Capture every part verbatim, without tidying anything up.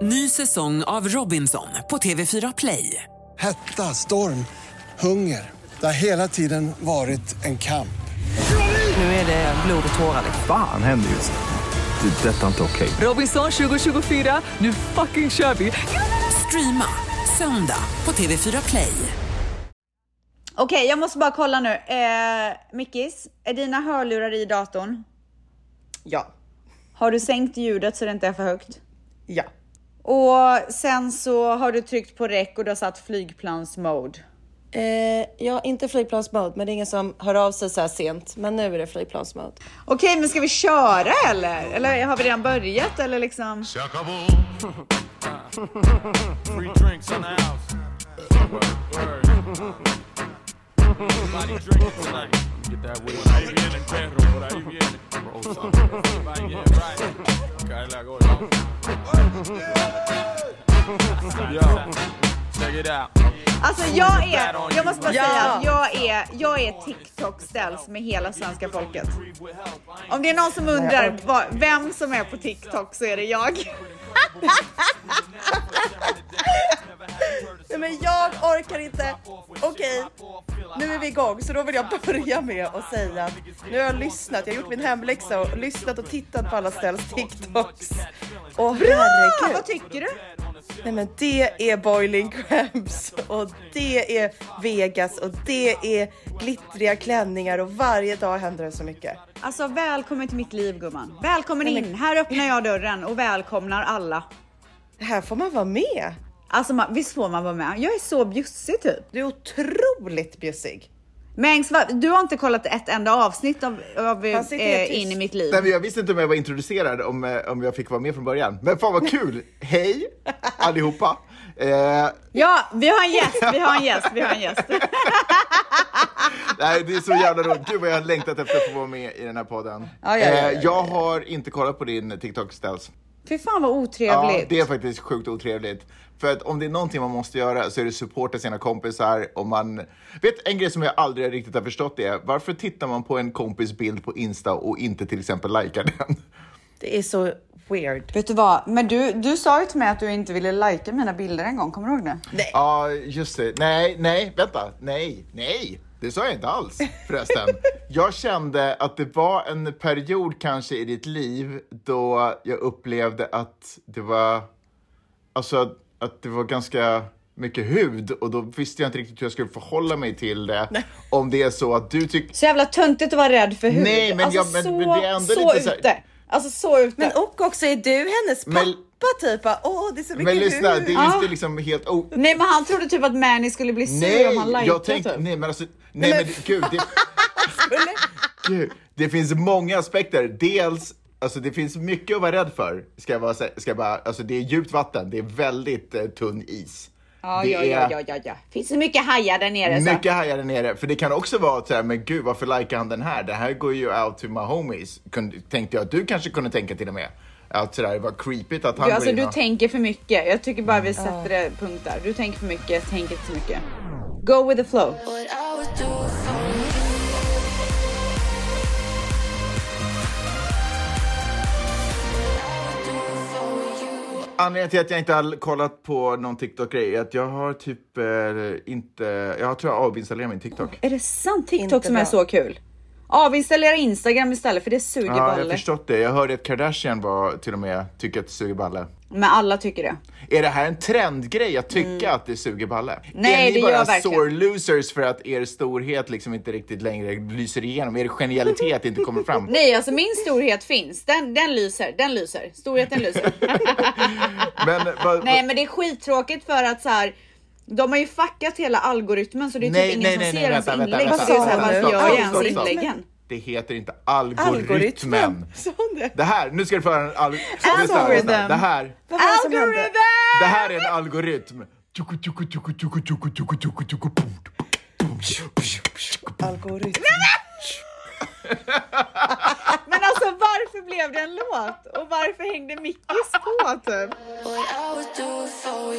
Ny säsong av Robinson på T V fyra Play. Hetta, storm, hunger. Det har hela tiden varit en kamp. Nu är det blod och tårar. Fan händer just det. Det är detta inte okej. Robinson tjugo tjugofyra, nu fucking kör vi. Streama söndag på T V fyra Play. Okej, okay, jag måste bara kolla nu. Eh, Mickis, är dina hörlurar i datorn? Ja. Har du sänkt ljudet så det inte är för högt? Ja. Och sen så har du tryckt på rec och du har satt flygplansmode. Eh, ja, inte flygplansmode, men det är ingen som hör av sig så här sent. Men nu är det flygplansmode. Okej, okay, men ska vi köra eller? Eller har vi redan börjat eller liksom? Free drinks in the house. Everybody drinking tonight. Get that way. Por ahí vienen, perro, por ahí vienen. Yeah, right. Caerle go down. Yo, check it out. Alltså jag är, jag måste bara ja. säga att jag är, jag är TikTok-ställs med hela svenska folket. Om det är någon som undrar vad, vem som är på TikTok så är det jag. Nej, men jag orkar inte. Okej, nu är vi igång. Så då vill jag börja med att säga att nu har jag lyssnat. Jag har gjort min hemläxa och lyssnat och tittat på alla ställs TikToks. Och bra! Herregud. Vad tycker du? Nej, men det är boiling crabs och det är Vegas och det är glittriga klänningar och varje dag händer det så mycket. Alltså välkommen till mitt liv, gumman. Välkommen in. Här öppnar jag dörren och välkomnar alla. Här får man vara med. Alltså man, visst får man vara med. Jag är så bjussig typ. Du är otroligt bjussig. Men du har inte kollat ett enda avsnitt av, av eh, In i mitt liv. Nej, men jag visste inte om jag var introducerad, om, om jag fick vara med från början. Men fan vad kul. Hej allihopa. Eh... Ja, vi har en gäst, vi har en gäst, vi har en gäst. Nej, det är så jävla roligt. Gud vad jag har längtat efter att få vara med i den här podden. Ja, ja, ja, ja, ja. Eh, jag har inte kollat på din TikTok-ställs. Fy fan vad otrevligt. Ja, det är faktiskt sjukt otrevligt. För att om det är någonting man måste göra så är det supporta sina kompisar. Och man vet, en grej som jag aldrig riktigt har förstått är: varför tittar man på en kompis bild på Insta och inte till exempel likar den? Det är så weird. Vet du vad? Men du, du sa ju till mig att du inte ville lika mina bilder en gång. Kommer du ihåg det? Nej. Ja, just det. Nej, nej, vänta. Nej, nej. Det sa jag inte alls förresten. Jag kände att det var en period kanske i ditt liv då jag upplevde att det var, alltså att det var ganska mycket hud och då visste jag inte riktigt hur jag skulle förhålla mig till det. Nej. Om det är så att du tycker... Så jävla töntigt att vara rädd för hud. Nej, men, alltså, jag, men, så, men det är ändå så lite så här... ute. Alltså så ute. Men och också är du hennes pappa men... typ? Åh, det är så mycket men lyssna, hud. det är just det liksom helt... Oh. Nej, men han trodde typ att Manny skulle bli sur nej, om han likade jag tänkte, typ. Nej, men alltså... Nej, men, men gud, det... gud, det finns många aspekter. Dels... Alltså det finns mycket att vara rädd för. Ska jag bara säga, ska jag bara, alltså det är djupt vatten, det är väldigt eh, tunn is. Ja, det ja, är, ja, ja, ja, ja. Finns det mycket hajar där nere så? Mycket hajar där nere, för det kan också vara så här, men gud, varför likar han den här? Det här går ju out to my homies. Kunde, tänkte jag att du kanske kunde tänka till och med. Att sådär, det var creepigt att han du, alltså, du och... tänker för mycket. Jag tycker bara vi sätter det uh. punkt där. Du tänker för mycket, tänker inte så mycket. Go with the flow. Anledningen till att jag inte har kollat på någon TikTok-grej är att jag har typ eh, inte... Jag tror jag avinstallerat min TikTok. Är det sant? TikTok inte som bra. Är så kul? Avinstallera Instagram istället, för det suger ja, balle. Ja, jag har förstått det. Jag hörde att Kardashian var till och med tycker att det suger balle. Men alla tycker det. Är det här en trendgrej att tycka mm. att det suger balle? Nej, är ni det bara gör verkligen. sore losers för att er storhet liksom inte riktigt längre lyser igenom? Er genialitet inte kommer fram? Nej, alltså min storhet finns. Den, den lyser, den lyser. Storheten lyser. men, va, Nej, men det är skittråkigt för att så här... De har ju fuckat hela algoritmen så det är nej, typ ingen nej, som nej, ser nej, ens vänta, inlägg. vänta, Så vänta, så här, varför gör jag ens inläggen? Det heter inte algoritmen. Algoritmen. Det här, nu ska du få höra en al- algoritm. Det här. Algoritm. Det här är en algoritm. Algoritm. Men alltså varför blev det en låt? Och varför hängde Mickis på typ?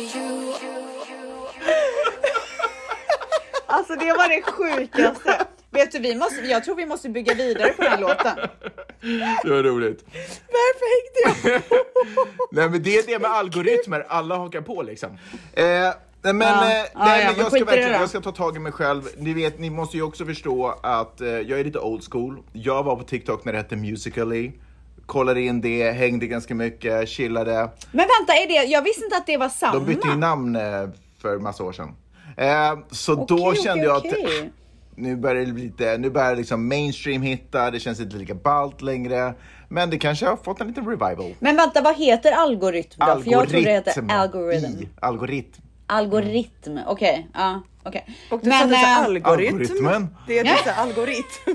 Alltså det var det sjukaste. Vet du, vi måste, jag tror vi måste bygga vidare på den här låten. Det var roligt. Varför hängde jag? Nej, men det är det med algoritmer. Alla hakar på liksom. Eh, nej, men, Ja. eh, Ja, nej, ja, men men jag ska skit i det verkligen, då. jag ska ta tag i mig själv. Ni vet, ni måste ju också förstå att eh, jag är lite old school. Jag var på TikTok när det hette Musical.ly. Kollade in det, hängde ganska mycket, chillade. Men vänta, är det, jag visste inte att det var samma. De bytte ju namn eh, för massa år sedan. Eh, så Okej, då okej, kände jag okej. att nu börjar det bli lite, nu börjar liksom mainstream hitta, det känns inte lika ballt längre. Men det kanske har fått en liten revival. Men vänta, vad heter algoritm då? För jag tror det heter algoritm. I, algoritm. Algoritm, okej. Ja, okej. Och du sa att det eh, är algoritm. Algoritmen. Det är inte algoritm.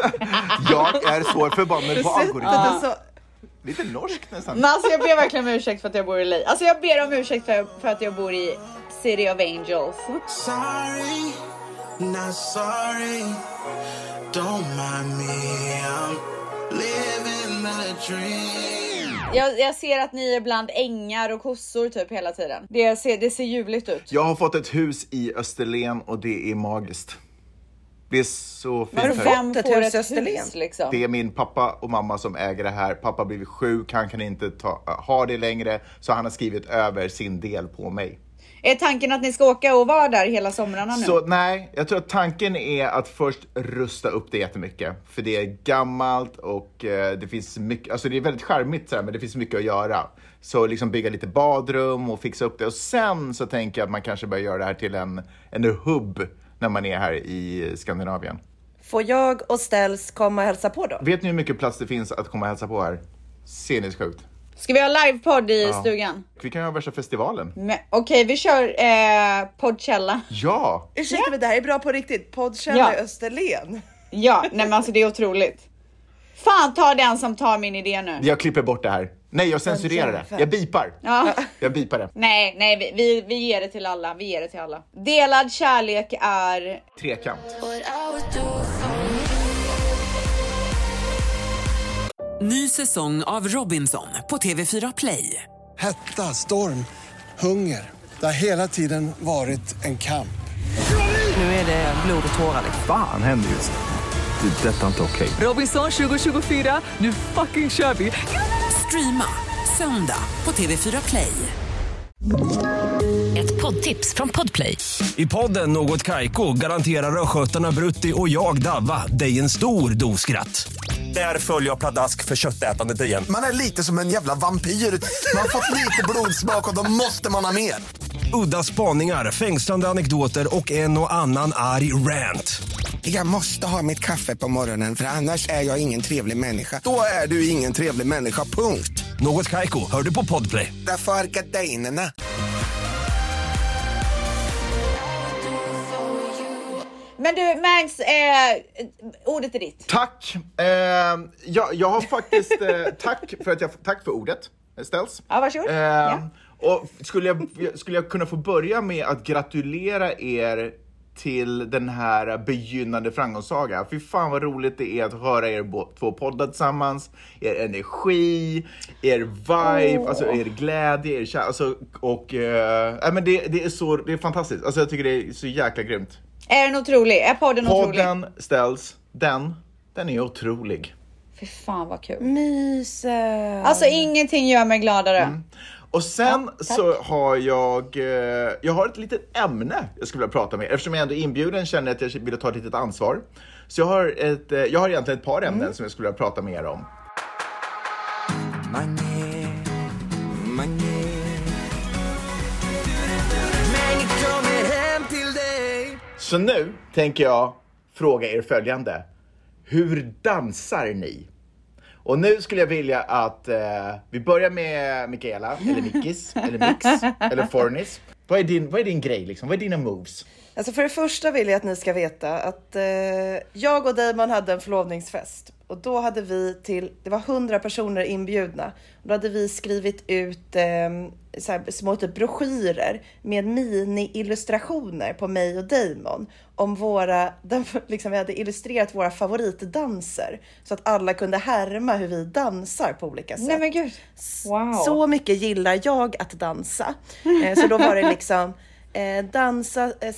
Jag är så förbannad på algoritm. Ja. Så, Lite norsk nästan. Men alltså jag ber verkligen om ursäkt för att jag bor i L A. Alltså jag ber om ursäkt för, för att jag bor i City of Angels. Sorry, not sorry. Don't mind me, I'm living a dream. Jag, jag ser att ni är bland ängar och kossor typ hela tiden. Det ser, det ser ljuvligt ut. Jag har fått ett hus i Österlen och det är magiskt. Det är så fint Har du här. fått Vem ett får hus ett i Österlen? hus liksom? Det är min pappa och mamma som äger det här. Pappa har blivit sjuk, han kan inte ta, ha det längre. Så han har skrivit över sin del på mig. Är tanken att ni ska åka och vara där hela somrarna nu? Så nej, jag tror att tanken är att först rusta upp det jättemycket. För det är gammalt och eh, det finns mycket, alltså det är väldigt charmigt så här, men det finns mycket att göra. Så liksom bygga lite badrum och fixa upp det. Och sen så tänker jag att man kanske börjar göra det här till en, en hubb när man är här i Skandinavien. får jag och Ställs komma och hälsa på då? Vet ni hur mycket plats det finns att komma och hälsa på här? Sinnessjukt. Ska vi ha livepodd i stugan? Vi kan göra värsta festivalen. Men, Okej, vi kör eh, Poddkälla. Ja! Ursäkta, men det här är bra på riktigt. Poddkälla Ja. i Österlen. Ja, nej men alltså det är otroligt. Fan, ta den som tar min idé nu. Jag klipper bort det här. Nej, jag censurerar det. Jag bipar. Ja. Jag bipar det. Nej, nej, vi, vi, vi ger det till alla. Vi ger det till alla. Delad kärlek är... Trekant. Ny säsong av Robinson på T V fyra Play. Hetta, storm, hunger. Det har hela tiden varit en kamp. Nu är det blod och tårar. Fan händer just det. Det är detta inte okej. Robinson tjugo tjugofyra, nu fucking kör vi. Streama söndag på T V fyra Play. Ett poddtips från Podplay. I podden Något Kaiko garanterar östgötarna Brutti och jag Davva dig en stor dos skratt. Där följer jag pladask för köttätandet igen. Man är lite som en jävla vampyr. Man har fått lite blodsmak och då måste man ha mer. Udda spaningar, fängslande anekdoter och en och annan arg rant. Jag måste ha mitt kaffe på morgonen för annars är jag ingen trevlig människa. Då är du ingen trevlig människa, punkt. Något Kaiko, hör du på Podplay. Därför är gardinerna. Men du, Mags, eh, ordet är ditt. Tack. Eh, jag, jag har faktiskt... Eh, tack, för att jag, tack för ordet, Ställs. Ja, varsågod. Eh, Ja. Och skulle jag, skulle jag kunna få börja med att gratulera er till den här begynnande framgångssaga. Fy fan vad roligt det är att höra er bo- två poddar tillsammans. Er energi, er vibe, oh. alltså er glädje, er kär, alltså, och eh, men det, det är så, det är fantastiskt. Alltså jag tycker det är så jäkla grymt. Är den otrolig? Är podden, otrolig? Podden Ställs, den, den är otrolig. Fy fan vad kul. Mysigt. Alltså ingenting gör mig gladare. Mm. Och sen ja, så har jag, eh, jag har ett litet ämne jag skulle vilja prata med. Eftersom jag ändå är inbjuden känner jag att jag vill ta ett litet ansvar. Så jag har, ett, eh, jag har egentligen ett par ämnen mm. som jag skulle vilja prata med er om. Mange, mange. Mange kommer hem till dig. Så nu tänker jag fråga er följande. Hur dansar ni? Och nu skulle jag vilja att eh, vi börjar med Mikaela, eller Mickis, eller Mix, eller Fornis. Vad är din, vad är din grej liksom? Vad är dina moves? Alltså för det första vill jag att ni ska veta att eh, jag och Damon hade en förlovningsfest. Och då hade vi till, det var hundra personer inbjudna. Och då hade vi skrivit ut eh, så här, små typ broschyrer med mini-illustrationer på mig och Damon. Om våra, de, liksom, vi hade illustrerat våra favoritdanser. Så att alla kunde härma hur vi dansar på olika sätt. Nej men gud, wow. Så mycket gillar jag att dansa. Eh, så då var det liksom eh, dansa, eh, så här,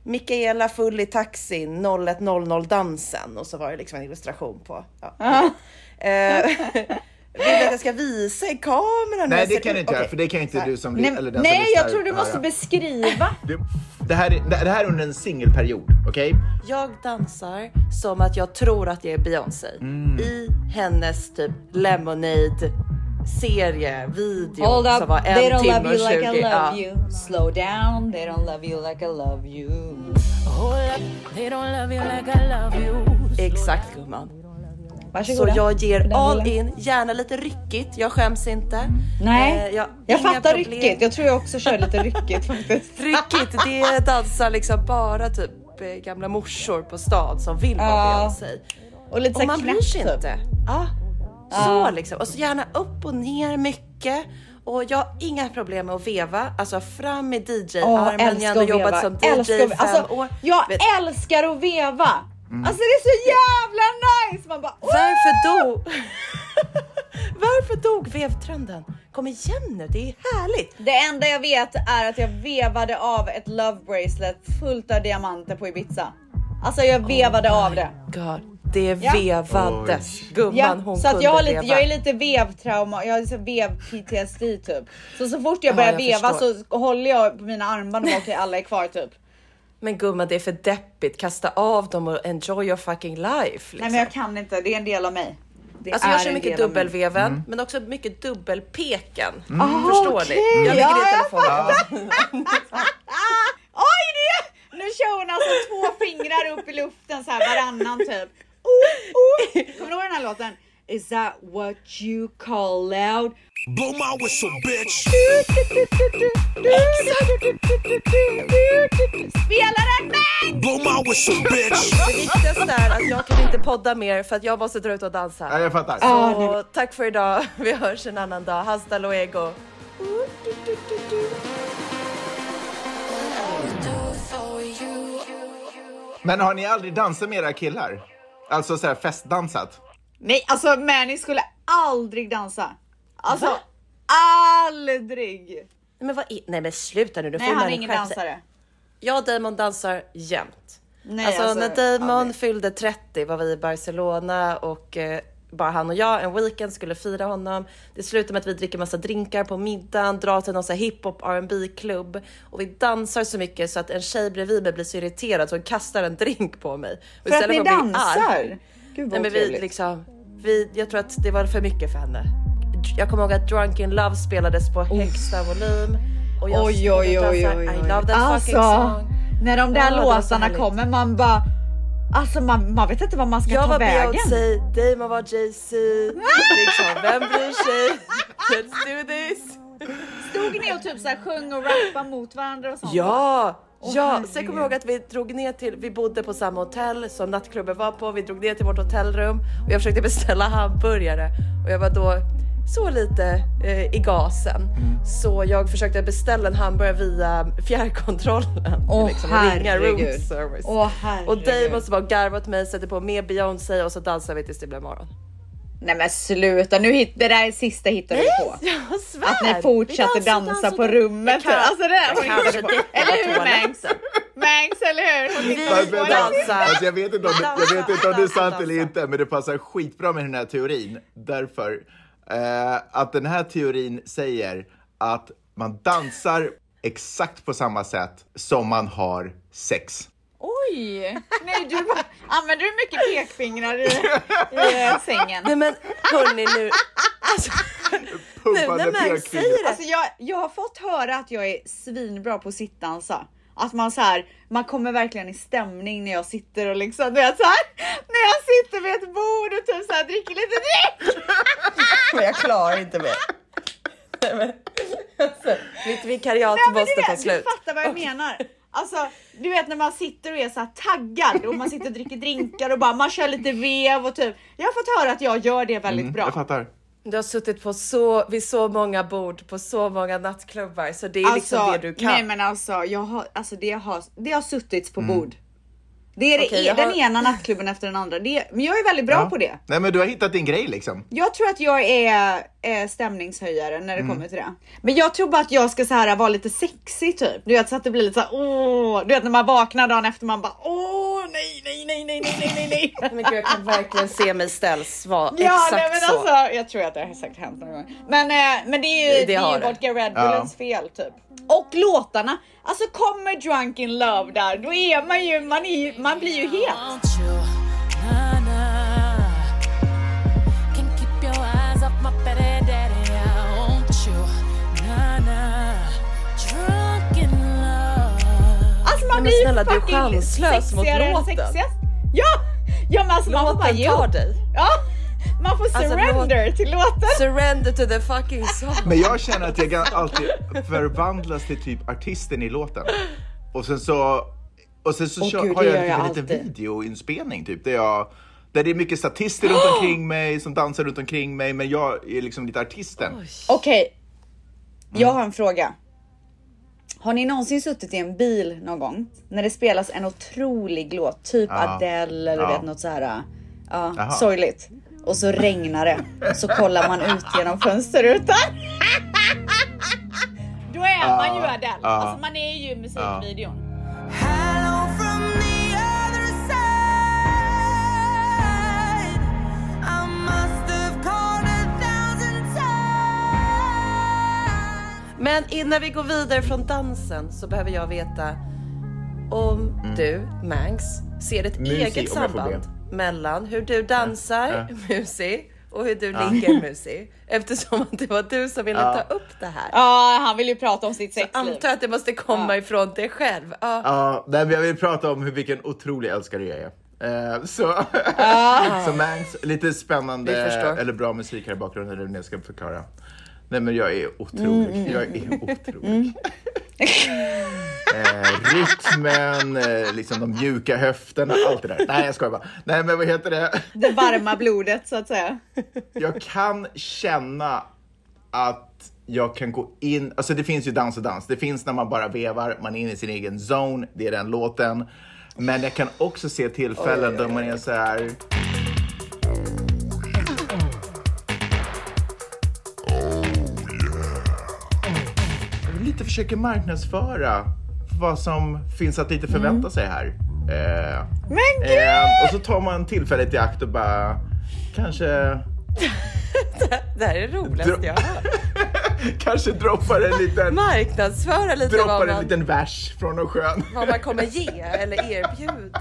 Mikaela full i taxin noll ett noll noll dansen och så var det liksom en illustration på. Ja. eh, vill du att jag ska visa i kameran? Nej, det kan du inte göra, okay. För det kan inte du som Nej, eller den nej som jag tror du måste höra. Beskriva. det, det, här är, det här är under en singelperiod, okej? Okay? Jag dansar som att jag tror att jag är Beyoncé. Mm. I hennes typ Lemonade serie, video Hold up. Som var en They don't timme love you like I love ja. you. Slow down. They don't love you like I love you. Hold up. They don't love you like I love you. Exakt, gumman. Varsågoda. Så jag ger all in, gärna lite ryckigt. Jag skäms inte. Mm. Nej, eh, jag, jag fattar problem. ryckigt. Jag tror jag också kör lite ryckigt faktiskt. Ryckigt, det dansar liksom bara typ gamla morsor på stad som vill vara ja. Beyoncé. Och lite och man bryr sig typ. inte. Ja, så liksom. Och så gärna upp och ner mycket. Och jag har inga problem med att veva. Alltså fram med D J-armen. Oh, jag har jobbat som D J i fem alltså, år. Jag Vet. älskar att veva. Mm. Alltså det är så jävla nice. Man bara, varför dog? Varför dog vevtrenden? Kom igen nu, det är härligt. Det enda jag vet är att jag vevade av ett love bracelet fullt av diamanter på Ibiza. Alltså jag vevade oh av det. God. Det vevades. Ja. Gumman, ja, hon så att jag, har lite, veva. jag är lite vevtrauma. Jag har liksom vev-P T S D typ. Så så fort jag börjar ja, jag veva förstår. Så håller jag på mina armband och okej, okay, alla är kvar typ. Men gumman, det är för deppigt. Kasta av dem och enjoy your fucking life. Liksom. Nej, men jag kan inte. Det är en del av mig. Det alltså jag kör mycket dubbelveven, mm. men också mycket dubbelpeken. Mm. Oh, förstår okay. ni? Jag ligger ja, i telefonen. Oj, det! Nu kör hon alltså två fingrar upp i luften så här varannan typ. Oh, oh. Kommer du ihåg den här låten? Is that what you call loud? Blow my whistle, bitch! Spela den med! Blow my whistle, bitch! Det viktigaste är att jag kan inte podda mer för att jag måste dra ut och dansa. Ja, jag fattar. Så ah, tack för idag. Vi hörs en annan dag. Hasta luego. Men har ni aldrig dansat med era killar? Alltså så här festdansat? Nej, alltså Manny skulle aldrig dansa. Alltså, va? Aldrig. Nej men, vad är... Nej, men sluta nu. Du Nej, får han är ingen dansare. Jag och Damon dansar jämt. Nej, alltså, alltså när Damon aldrig. fyllde trettio var vi i Barcelona och eh, bara han och jag en weekend skulle fira honom. Det slutade med att vi dricker massa drinkar på middagen, drar till någon så här hiphop R and B-klubb och vi dansar så mycket så att en tjej bredvid mig blir så irriterad så hon kastar en drink på mig. Och för att ni dansar? Gud vad Nej, men vi, liksom, vi, jag tror att det var för mycket för henne. Jag kommer ihåg att Drunk in Love spelades på oh. högsta volym. Och jag oj, oj, oj, oj, oj. I love that alltså, fucking song. När de där oh, låtarna kommer, man bara... Alltså man, man vet inte vad man ska jag ta vägen. Jag var Beyoncé, Damon var Jay-Z. Liksom, vem bryr sig? Let's do this. Stod ni och typ så här sjöng och rappa mot varandra och sånt? Ja, oh, ja. Sen kommer jag ihåg att vi drog ner till, vi bodde på samma hotell som nattklubben var på. Vi drog ner till vårt hotellrum och jag försökte beställa hamburgare. Och jag var då så lite eh, i gasen. Mm. Så jag försökte beställa en hamburgare via fjärrkontrollen. Åh, liksom, herregud. Ringa room service. Åh, herregud. Och Dave måste bara garva åt mig, sätter på med Beyoncé och så dansar vi tills det blir morgon. Nej men sluta, nu hit, det där sista hittade du på. Jag svär. Att ni fortsatte dansa, dansa på rummet. Kan, alltså det där hon hittade på. Eller hur Mangs? Mangs, eller hur? Vi dansar. Alltså, jag vet inte om, jag vet inte om det är sant eller inte, men det passar skitbra med den här teorin. Därför eh, att den här teorin säger att man dansar exakt på samma sätt som man har sex. Oj, nej du använder du mycket pekfingrar i, i sängen? Nej men hörni nu, alltså, nu när man säger det. Alltså jag, jag har fått höra att jag är svinbra på att sittdansa. Att man så här, man kommer verkligen i stämning när jag sitter och liksom, du vet så här, när jag sitter vid ett bord och typ så här dricker lite dryck. Men jag klarar inte mer. Nej, men, alltså, mitt vikariat nej, måste vet, ta slut. Du fattar vad jag okay. menar. Alltså, du vet när man sitter och är så här taggad och man sitter och dricker drinkar och bara man kör lite vev och typ. Jag har fått höra att jag gör det väldigt mm, bra. Jag fattar. Du har suttit på så, vid så många bord på så många nattklubbar så det är alltså, liksom det du kan. Nej men alltså, jag har, alltså det, har, det har suttits på mm. bord. Det är, Okej, det, jag den har- ena nattklubben efter den andra. Det, men jag är väldigt bra Ja. på det. Nej, men du har hittat din grej liksom. Jag tror att jag är, är stämningshöjare när det Mm. kommer till det. Men jag tror bara att jag ska så här vara lite sexig typ. Du vet, så att det blir lite så här, åh. Du vet när man vaknar dagen efter man bara, åh nej, nej, nej, nej, nej, nej, nej. Men gud, jag kan verkligen se mig ställs vara Ja, exakt nej, men så. alltså, jag tror att det har säkert hänt någon gång. Men, eh, men det är ju, Det det har är ju det. vodka Red Bullens fel typ. Och låtarna, alltså kommer Drunk in Love där, då är man ju, man, är, ju- man blir ju het. Nah, nah. Can't keep your eyes off my petty daddy. I want you. Nah, nah. Drunk in love. Alltså man Men blir ju snälla, du är fucking chanslös mot sexigare än låten. sexigast. Ja, ja men alltså man får bara Låten jo. tar dig. Ja, man får Alltså, surrender till låten. Surrender to the fucking song. Men jag känner att jag kan alltid förvandlas till typ artisten i låten. Och sen så, och sen så Åh, kör, gud, har det jag gör en jag liten alltid. videoinspelning typ. Där, jag, där det är mycket statister runt omkring mig som dansar runt omkring mig. Men jag är liksom lite artisten. Okej, jag har en fråga. Har ni någonsin suttit i en bil någon gång när det spelas en otrolig låt, typ Ja. Adele eller Ja. vet något så här, ja, Jaha. sorgligt. Och så regnar det, så kollar man ut genom fönsterrutan. Då är man ju Adele. Ja. Alltså man är ju i musikvideon. Hello from the other side. I must have called a thousand times. Men innan vi går vidare från dansen så behöver jag veta om du, Mangs, ser ett Musi, eget om jag får samband mellan hur du dansar, Ja. Musi, och hur du ligger, Musi. Eftersom att det var du som ville Ja. ta upp det här. Ja, han vill ju prata om sitt Så sexliv. antar att det måste komma ifrån dig själv. Ja. Ja, nej, men jag vill prata om hur, vilken otrolig älskare jag är. Eh, så, så Mangs, lite spännande Vi förstår. eller bra musik här i bakgrunden eller jag ska förklara. Nej, men jag är otrolig. Mm, mm. Jag är otrolig. eh, rytmen, eh, liksom de mjuka höfterna, allt det där. Nej, jag skojar bara. Nej, men vad heter det? Det varma blodet så att säga. Jag kan känna att jag kan gå in, alltså det finns ju dans och dans. Det finns när man bara vevar, man är inne i sin egen zone, det är den låten. Men jag kan också se tillfällen Oj, oj, oj. då man är så här. Jag lite försöker marknadsföra vad som finns att lite förvänta sig här. Eh, Men gud! eh, och så tar man tillfället i akt och bara kanske Det här är det roligaste jag har hört. kanske droppar en liten Marknadsföra lite droppar vad en man, liten vers från någon skön. vad man kommer ge eller erbjuda.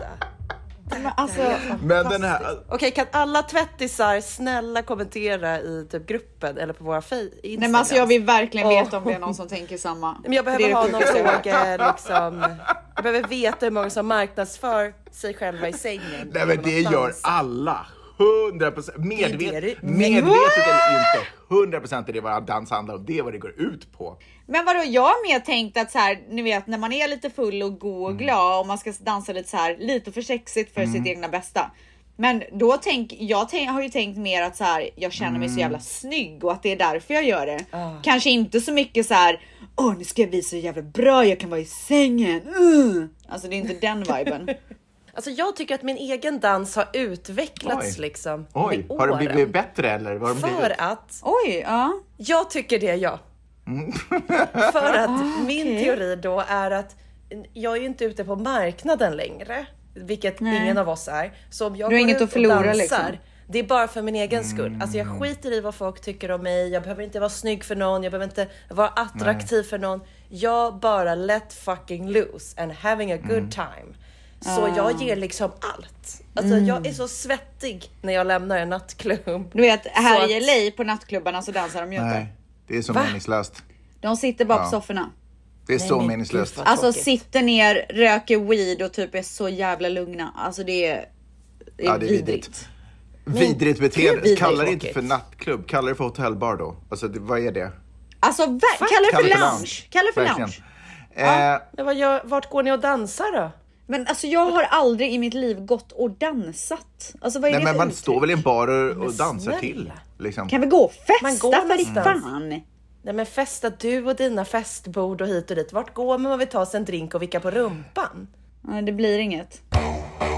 Men alltså, Men den här, Okej, kan alla tvättisar snälla kommentera i typ gruppen eller på våra fe- Instagram? nej men alltså jag vill verkligen Åh. veta om det är någon som tänker samma. Men jag Det är behöver det ha någon sjukaste jag hört. fråga liksom. Jag behöver veta hur många som marknadsför sig själva i sängen. nej men genom det att gör dansa. alla. hundra procent Det är medvetet, det. medvetet eller inte. hundra procent är det vad dans handlar om. Det är vad det går ut på. Men vadå, jag har mer tänkt att så här, ni vet när man är lite full och god och Mm. glad och man ska dansa lite så här, lite för sexigt för sitt egna bästa. Men då tänk, jag tänk, har ju tänkt mer att så här, jag känner mig så Mm. jävla snygg och att det är därför jag gör det. Ah. Kanske inte så mycket så här, åh nu ska jag visa så jävla bra jag kan vara i sängen. Uh. Alltså det är inte den viben. Alltså jag tycker att min egen dans har utvecklats Oj. liksom Oj, med har det åren. blivit bättre eller? Vad har det blivit? För att Oj, ja. jag tycker det, ja. Mm. För att min teori då är att jag är ju inte ute på marknaden längre, vilket Nej. ingen av oss är. Så om jag Du har går inget ut att förlora, och dansar, liksom. det är bara för min egen skull. Alltså jag skiter i vad folk tycker om mig. Jag behöver inte vara snygg för någon. Jag behöver inte vara attraktiv för någon. Jag bara let fucking loose and having a good time. Så jag ger liksom allt. Alltså jag är så svettig när jag lämnar en nattklubb. Du vet här Så i att- L A på nattklubbarna så dansar de ju inte. Nej, det är så Va? meningslöst. De sitter bara på Ja. sofforna. Det är Nej, så men meningslöst. gud, vad Alltså tråkigt. sitter ner, röker weed och typ är så jävla lugna. Alltså det är, det är, Ja, det är vidrigt. vidrigt. Vidrigt beteende. vidrigt Kalla det inte tråkigt. för nattklubb. Kalla det för hotellbar då. Alltså det, vad är det? Alltså ver- kalla det för Kalla lounge. Kalla det för Verkligen. lounge. Eh, Men vad gör, vart går ni och dansar då? Men alltså jag har aldrig i mitt liv gått och dansat. Alltså vad är nej, det men för man uttryck? står väl i en bar och, och Men dansar snälla. till. Liksom. Kan vi gå och Man festa går för i någonstans. fan? Nej men festa du och dina festbord och hit och dit. Vart går man och vill ta sig en drink och vicka på rumpan? Ja, det blir inget.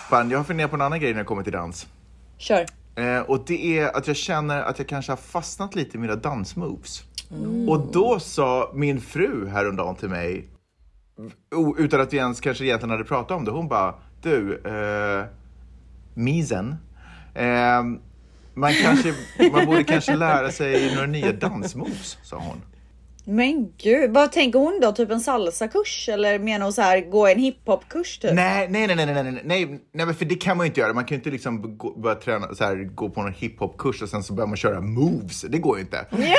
Spann, jag har funderat på en annan grej när jag kommer till dans. Kör. Eh, och det är att jag känner att jag kanske har fastnat lite i mina dansmoves. Mm. Och då sa min fru häromdagen till mig, utan att vi ens kanske egentligen hade pratat om det, hon bara, du, eh, misen, eh, man, kanske, man borde kanske lära sig några nya dansmoves, sa hon. Men gud, vad tänker hon då? Typ en salsa-kurs? Eller menar hon så här, gå en hiphop-kurs typ? Nej, nej, nej, nej, nej, nej, nej, nej, för det kan man ju inte göra. Man kan ju inte liksom gå, börja träna, så här, gå på en hiphop-kurs och sen så börjar man köra moves. Det går ju inte. Ja.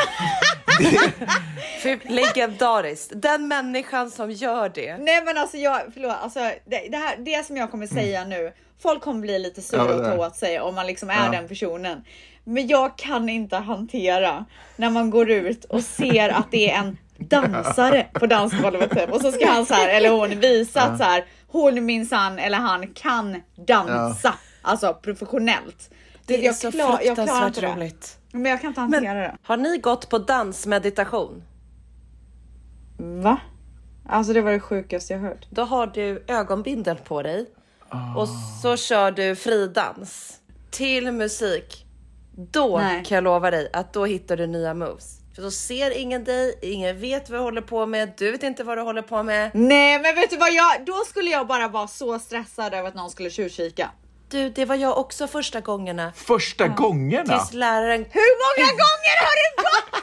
För legendariskt. Den människan som gör det. Nej men alltså jag, förlåt, alltså det, det här, det som jag kommer säga mm. nu, folk kommer bli lite sura ja, och ta åt sig om man liksom är ja. den personen. Men jag kan inte hantera när man går ut och ser att det är en dansare på dansgolvet typ. Och så ska han så här, eller hon visa att så här, hon minsann eller han kan dansa. Ja. Alltså professionellt. Det är jag så klar, fruktansvärt jag roligt. Men jag kan inte hantera Men, det. Har ni gått på dansmeditation? Va? Alltså det var det sjukaste jag hört. Då har du ögonbindeln på dig. Oh. Och så kör du fridans till musik. Då Nej. kan jag lova dig att då hittar du nya moves. För då ser ingen dig, ingen vet vad du håller på med, du vet inte vad du håller på med. Nej men vet du vad jag, då skulle jag bara vara så stressad över att någon skulle tjuvkika. Du, det var jag också första gångerna. Första ja. gångerna? Tills läraren... Hur många gånger har det gått?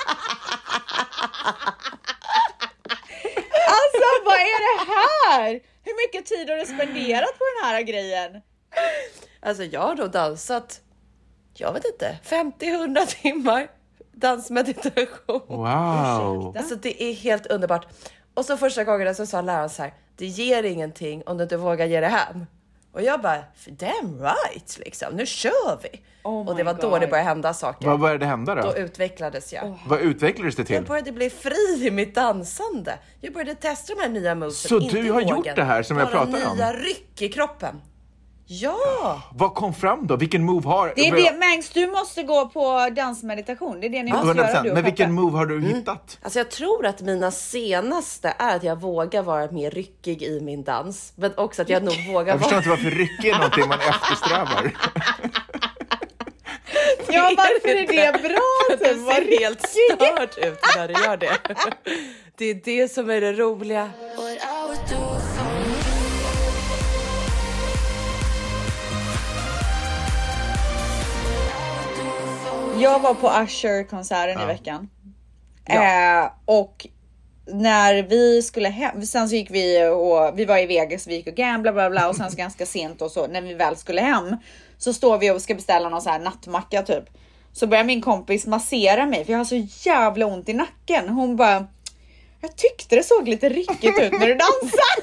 Alltså, vad är det här? Hur mycket tid har du spenderat på den här grejen? Alltså, jag har då dansat, jag vet inte, femtio till hundra timmar dansmeditation. Wow. Alltså, det är helt underbart. Och så första gången så sa läraren så här, det ger ingenting om du inte vågar ge det hem. Och jag bara, damn right, liksom. Nu kör vi. Oh och det var God. då det började hända saker. Vad började hända då? Då utvecklades jag. Oh. Vad utvecklades det till? Jag började bli fri i mitt dansande. Jag började testa de här nya movesen. Så du har vågen. gjort det här som Bara jag pratade om? nya ryck i kroppen. Ja! Vad kom fram då? Vilken move har... Det är det, Mangs, du måste gå på dansmeditation. Det är det ni måste göra. Du Men vilken move har du mm. hittat? Alltså jag tror att mina senaste är att jag vågar vara mer ryckig i min dans. Men också att jag nog vågar vara... Jag förstår inte varför ryckig är någonting man eftersträvar. Ja, varför är det bra? Det ser helt stört ut när du gör det. Det är det som är det roliga. Jag var på Usher-konserten ja. i veckan. Ja. Eh, och när vi skulle hem, sen så gick vi och vi var i Vegas, vi gick och gamblade bla bla, och sen så ganska sent och så när vi väl skulle hem så står vi och ska beställa någon så här nattmacka typ. Så börjar min kompis massera mig för jag har så jävla ont i nacken. Hon bara, jag tyckte det såg lite ryckigt ut när du dansade.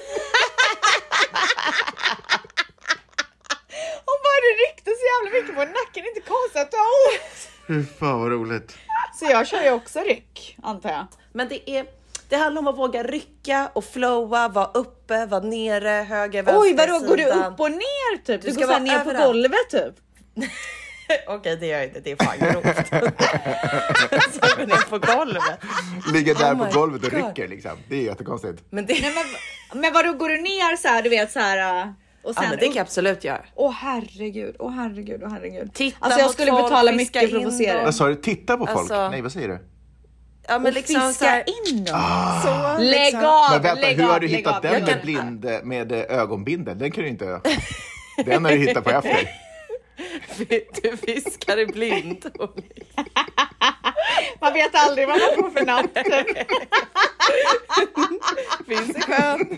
Hon bara, det ryckte så jävla mycket på nacken, inte konstigt att du har ont. Fy fan vad roligt. Så jag kör ju också ryck, antar jag. Men det är, det handlar om att våga rycka och flowa, vara uppe, vara nere, höger, vänster, Oj, vadå, sidan. går du upp och ner typ? Du, Du du ska går så här vara ner överallt. på golvet typ? Okej, det gör jag inte, det är fan grovt. Så jag går ner på golvet. Ligga där Oh my på golvet och God. rycker liksom. Det är jättekonstigt. Men, det... Nej, men, men vadå, går du ner så här, du vet så här... Och sen, ja, men det kan jag absolut göra. Åh herregud, åh herregud, åh herregud. Titta alltså jag skulle folk, betala mycket för att få se det. Vad sa du? Titta på folk? Alltså... Nej, vad säger du? Ja, men och liksom fiska så här... in dem. Ah. Så, lägg liksom... av, Men vänta, lägg hur av, har du lägg hittat av. den Jag med, kan... blind, med ögonbindel? Den kan du inte... Den har du hittat på efter. Du fiskar i blind. Man vet aldrig vad man får för namn. Finns i sjön.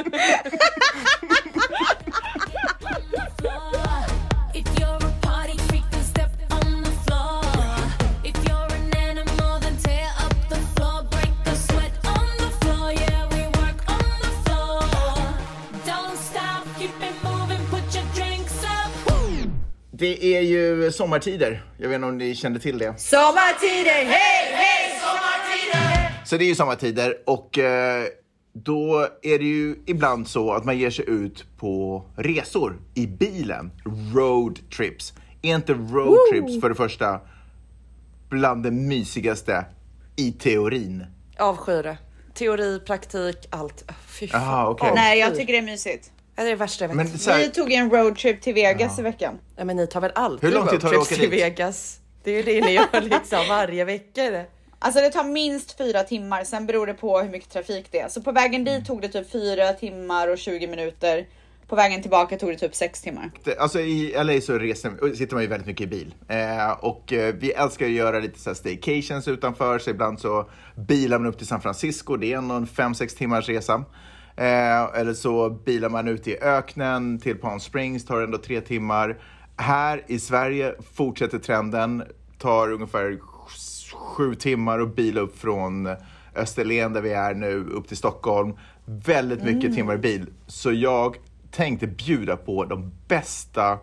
Det är ju sommartider. Jag vet inte om ni kände till det. Sommartider, hej, hej, sommartider! Så det är ju sommartider och eh, då är det ju ibland så att man ger sig ut på resor i bilen. Road trips. Är inte road trips för det första bland det mysigaste i teorin? Avskyr det. Teori, praktik, allt. Fy fan. Aha, okay. Nej, jag tycker det är mysigt. Det är det värsta jag vet. Men, så här, vi tog en roadtrip till Vegas ja. i veckan. Ja, men ni tar väl alltid Hur lång tid tar det att åka till dit? Vegas? Det är ju det ni gör liksom varje vecka. Det. Alltså det tar minst fyra timmar. Sen beror det på hur mycket trafik det är. Så på vägen dit tog det typ fyra timmar och tjugo minuter. På vägen tillbaka tog det typ sex timmar. Alltså i L A så reser, sitter man ju väldigt mycket i bil. Eh, och eh, vi älskar att göra lite så här staycations utanför. Så ibland så bilar man upp till San Francisco. Det är ändå en fem sex timmars resa. Eh, eller så bilar man ut i öknen till Palm Springs. Tar ändå tre timmar. Här i Sverige fortsätter trenden. Tar ungefär sju timmar och bila upp från Österlen där vi är nu upp till Stockholm. Väldigt mycket mm. timmar i bil. Så jag tänkte bjuda på de bästa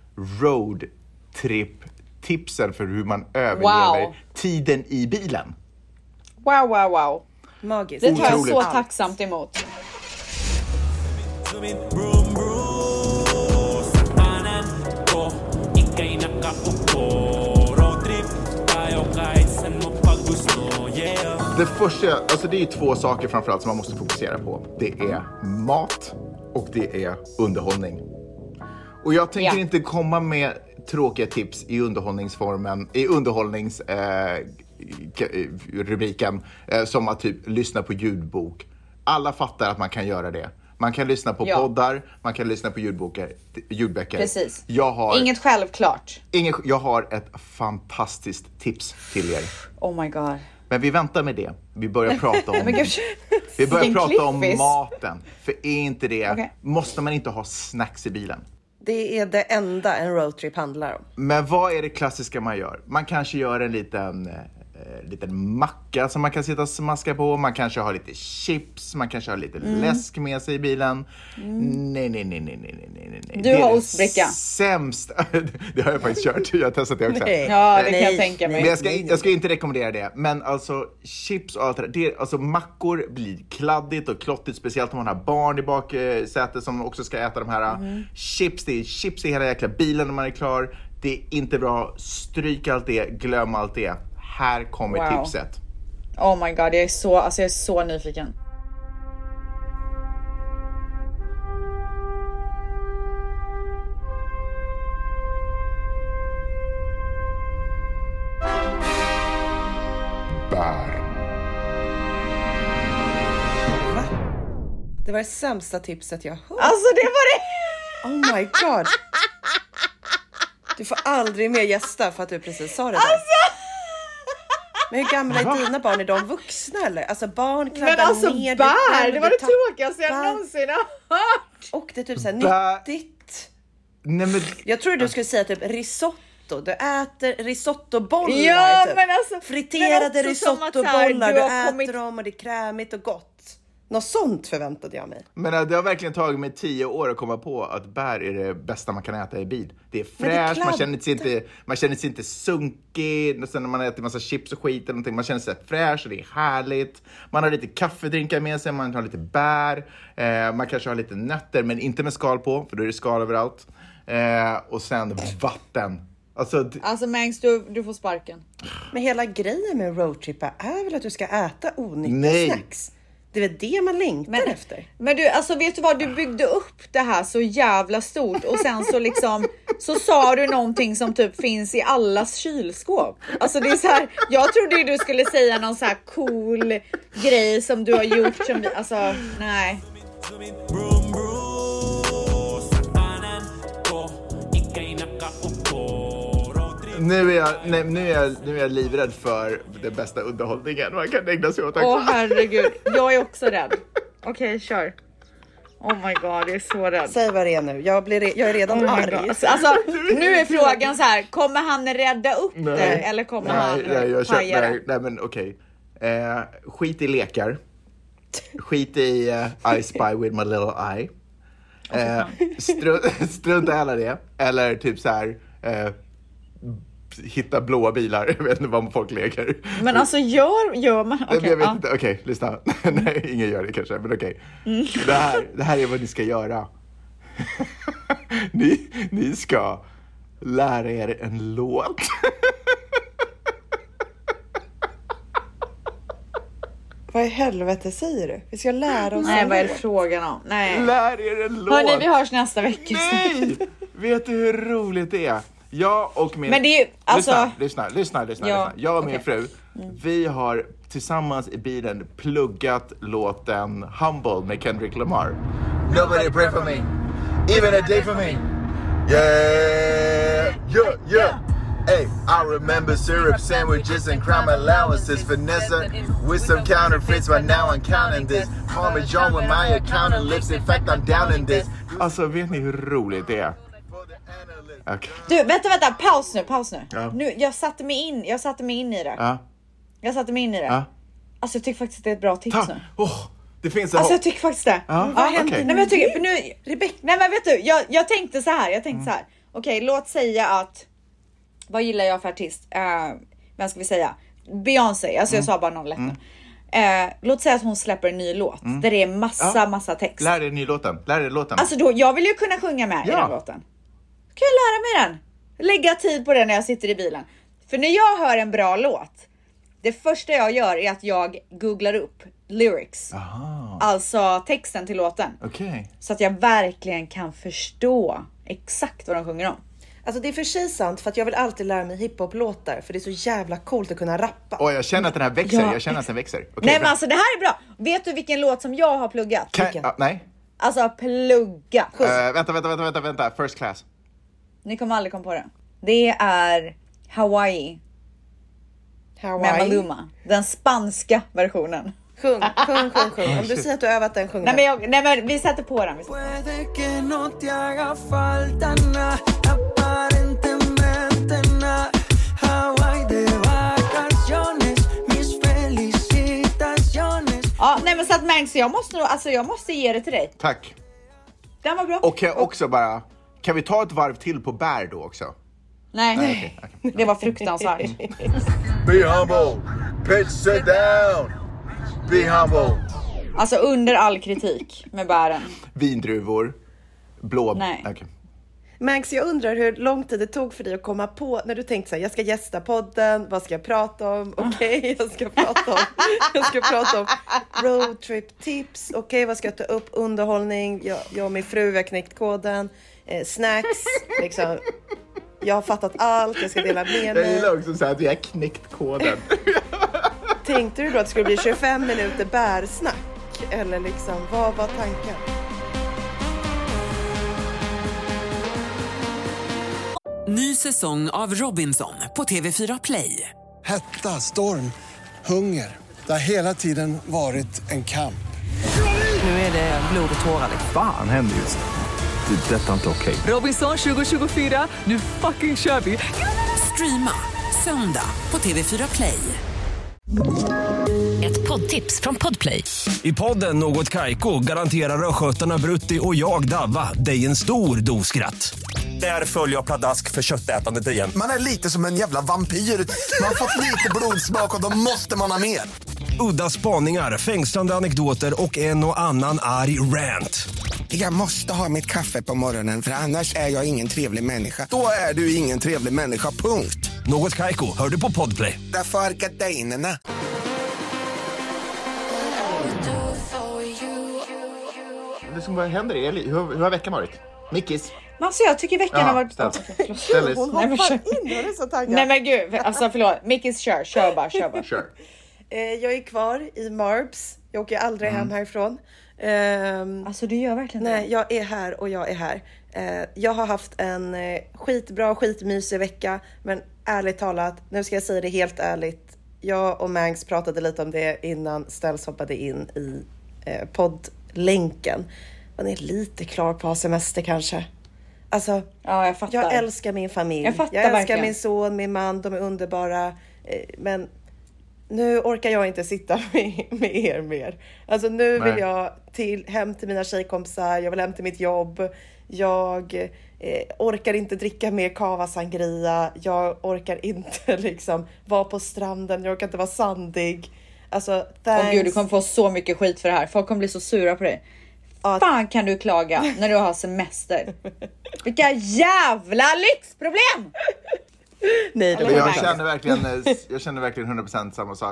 roadtrip-tipsen för hur man överlever wow. tiden i bilen. Wow, wow, wow. Magiskt. Det tar jag Otroligt. så tacksamt emot. Det första, alltså det är två saker framförallt som man måste fokusera på. Det är mat och det är underhållning. Och jag tänker ja. inte komma med tråkiga tips i underhållningsformen, i underhållningsrubriken eh, eh, som att typ lyssna på ljudbok. Alla fattar att man kan göra det. Man kan lyssna på ja. poddar, man kan lyssna på ljudböcker. ljudböcker. Precis. Jag har, inget självklart. Inget, jag har ett fantastiskt tips till er. Oh my god. Men vi väntar med det. Vi börjar prata om Vi börjar prata om maten. För är inte det okay. måste man inte ha snacks i bilen. Det är det enda en roadtrip handlar om. Men vad är det klassiska man gör? Man kanske gör en liten eh, liten macka som man kan sitta och smaska på. Man kanske har lite chips, man kanske har lite mm. läsk med sig i bilen. Mm. Nej, nej, nej, nej, nej, nej, nej. Du det har ostbricka. Sämst. Det har jag faktiskt kört. Jag har testat det också. Nej. Ja, det kan nej, jag tänka mig. Men jag ska, jag ska inte rekommendera det. Men alltså chips och allt det där. Det, alltså mackor blir kladdigt och klottigt. Speciellt om man har barn i baksätet som också ska äta de här. Mm. Chips, det är chips i hela jäkla bilen när man är klar. Det är inte bra. Stryk allt det, glöm allt det. Här kommer wow. tipset. Oh my god, jag är så, alltså jag är så nyfiken. Bär. Va? Det var det sämsta tipset jag hört. Alltså det var det. Oh my god. Du får aldrig mer gästa för att du precis sa det där. Alltså! Men hur gamla är dina barn? Är de vuxna eller? Alltså barn kladdar ner. Men alltså ner, bär, det var det tråkigaste jag någonsin har hört. Och det är typ såhär nyttigt. Nej, men... Jag tror du skulle säga typ risotto. Du äter risottobollar. Ja, typ. men alltså. Friterade risottobollar. Du, du äter kommit... dem och det är krämigt och gott. Något sånt förväntade jag mig. Men det har verkligen tagit mig tio år att komma på att bär är det bästa man kan äta i bil. Det är fräscht, man känner sig inte, man känner sig inte sunkig. Och sen när man äter massa chips och skit eller någonting, man känner sig fräsch och det är härligt. Man har lite kaffedrinkar med sig, man har lite bär. Eh, man kanske har lite nötter men inte med skal på, för då är det skal överallt. Eh, och sen vatten. Alltså, d- alltså Mangs, du, du får sparken. Men hela grejen med roadtrippa är väl att du ska äta onyttiga Nej. snacks. Det är väl det man längtar men, efter. Men du, alltså vet du vad? Du byggde upp det här så jävla stort. Och sen så liksom, så sa du någonting som typ finns i allas kylskåp. Alltså det är så här, jag trodde ju du skulle säga någon så här cool grej som du har gjort. Som vi, alltså, nej. Nu är, jag, nej, nu, är jag, nu är jag livrädd för den bästa underhållningen man kan ägna sig åt. Åh oh, herregud, jag är också rädd. Okej, okay, kör. Oh my god, jag är så rädd. Säg vad det är nu, jag, blir, jag är redan oh arg. Alltså, nu är frågan så här, kommer han rädda upp nej. det? Eller kommer nej, han nej, jag kör, paja nej, nej, men okej. Okay. Eh, skit i lekar. Skit i uh, I spy with my little eye. Eh, strunt, strunt i alla det. Eller typ så här... Eh, hitta blåa bilar. Jag vet inte vad folk leker. Men alltså gör, gör man... Okay, jag vet ja. inte. Okej, okay, lyssna. Nej, ingen gör det kanske. Men okej. Okay. Mm. Det, här, det här är vad ni ska göra. ni, ni ska lära er en låt. Vad i helvete säger du? Vi ska lära oss. Nej, vad är det frågan om? Nej. Lär er en låt. Hörni, vi hörs nästa vecka. Nej! Vet du hur roligt det är? Jag och min... Men det är ju, alltså... Lyssna, lyssna, lyssna, lyssna, ja, lyssna. Jag och min okay. fru, mm. vi har tillsammans i bilen pluggat låten Humble med Kendrick Lamar. Nobody pray for me, even a day for me. Yeah, yeah, yeah. Hey, I remember syrup sandwiches and crime allowances. Vanessa with some counterfeits, but now I'm counting this. Parmesan with my accountant lips, in fact I'm down in this. Alltså, vet ni hur roligt det är? Okay. Du, vänta, vänta, paus nu, paus nu. Ja. nu jag, satte mig in, jag satte mig in i det. Ja. Jag satte mig in i det. Ja. Alltså, jag tycker faktiskt att det är ett bra tips Ta. nu. Oh, det finns en alltså, jag tycker faktiskt det. Ja. Ja, Okay. nej, men jag tycker, för nu, Rebecca, nej men vet du, jag, jag tänkte så här, jag tänkte mm. så här. Okej, okay, låt säga att, vad gillar jag för artist? Uh, vem ska vi säga? Beyoncé, alltså mm. jag sa bara någon lätt mm. Uh, låt säga att hon släpper en ny låt mm. där det är massa, ja. massa text. Lär dig en ny låten. Lär dig låten. Alltså då, jag vill ju kunna sjunga med ja. i den låten. Kan jag lära mig den? Lägga tid på den när jag sitter i bilen. För när jag hör en bra låt, det första jag gör är att jag googlar upp lyrics. Aha. Alltså texten till låten. Okay. Så att jag verkligen kan förstå exakt vad de sjunger om. Alltså det är för sig sant, för att jag vill alltid lära mig hiphop-låtar, för det är så jävla coolt att kunna rappa. Och jag känner att den här växer, ja. jag känner att den växer. Okay, nej men bra. alltså det här är bra. Vet du vilken låt som jag har pluggat? Kan, uh, nej. Alltså plugga. Uh, vänta, vänta, vänta, vänta, vänta. First class. Ni kommer aldrig komma på det. Det är Hawaii. Hawaii. Med Maluma. Den spanska versionen. Sjung, sjung, sjung, sjung. Om du säger att du har övat den, sjung nej, men jag, nej men vi sätter på den. Ja, nej men så att Mangs, jag måste nog, alltså jag måste ge det till dig. Tack. Den var bra. Och kan jag också bara, kan vi ta ett varv till på bär då också? Nej, nej okay, okay. Det var fruktansvärt. Be humble, pitch sit down. Be humble. Alltså under all kritik med bären. Vindruvor, blå. Nej. Okay. Max, jag undrar hur lång tid det tog för dig att komma på när du tänkte så här, jag ska gästa podden, vad ska jag prata om? Okej, okay, jag ska prata om jag ska prata om roadtrip tips. Okej, okay, vad ska jag ta upp? Underhållning. Jag, jag och min fru har knäckt koden. Eh, snacks, liksom. Jag har fattat allt, jag ska dela med mig. Jag gillar också så att vi har knäckt koden. Tänkte du då att det skulle bli tjugofem minuter bärsnack? Eller liksom, vad var tanken? Ny säsong av Robinson på T V fyra Play. Hetta, storm, hunger. Det har hela tiden varit en kamp. Nu är det blod och tårar. Fan händer just det. Det är detta inte okej. Robinson tjugo tjugofyra, nu fucking kör vi. Streama söndag på T V fyra Play. Ett poddtips från Podplay. I podden Något Kaiko garanterar röskötarna Brutti och jag Davva dig en stor doskratt. Där följer jag pladask för köttätandet igen. Man är lite som en jävla vampyr. Man har fått lite blodsmak och då måste man ha mer. Udda spaningar, fängslande anekdoter och en och annan arg rant. Jag måste ha mitt kaffe på morgonen, för annars är jag ingen trevlig människa. Då är du ingen trevlig människa, punkt. Något Kaiko, hör du på Podplay. Därför är gardinerna. Det som bara händer är, hur, hur har veckan varit? Mickis? Men alltså jag tycker veckan ja, har varit... Ställ. Hon hoppar in, hon är så taggad. Nej men gud, alltså förlåt. Mickis kör, kör bara, kör bara. Kör. Eh, jag är kvar i Marbs. Jag åker aldrig mm. hem härifrån. Um, alltså du gör verkligen nej, det. jag är här och jag är här. Uh, jag har haft en uh, skitbra, skitmysig vecka. Men ärligt talat, nu ska jag säga det helt ärligt. Jag och Mangs pratade lite om det innan Ställs hoppade in i uh, poddlänken. Man är lite klar på semester kanske. Alltså, ja, jag fattar. Jag älskar min familj. Jag fattar jag älskar verkligen. min son, min man, de är underbara. Uh, men... Nu orkar jag inte sitta med, med er mer. Alltså nu vill Nej. jag till, hem till mina tjejkompisar. Jag vill hem till mitt jobb. Jag eh, orkar inte dricka mer kava sangria. Jag orkar inte liksom vara på stranden. Jag orkar inte vara sandig. Alltså, thanks. Åh gud, du kommer få så mycket skit för det här. Folk kommer bli så sura på dig. Att... Fan kan du klaga när du har semester. Vilka jävla lyxproblem! Nej, det jag, känner verkligen, jag känner verkligen hundra procent samma sak.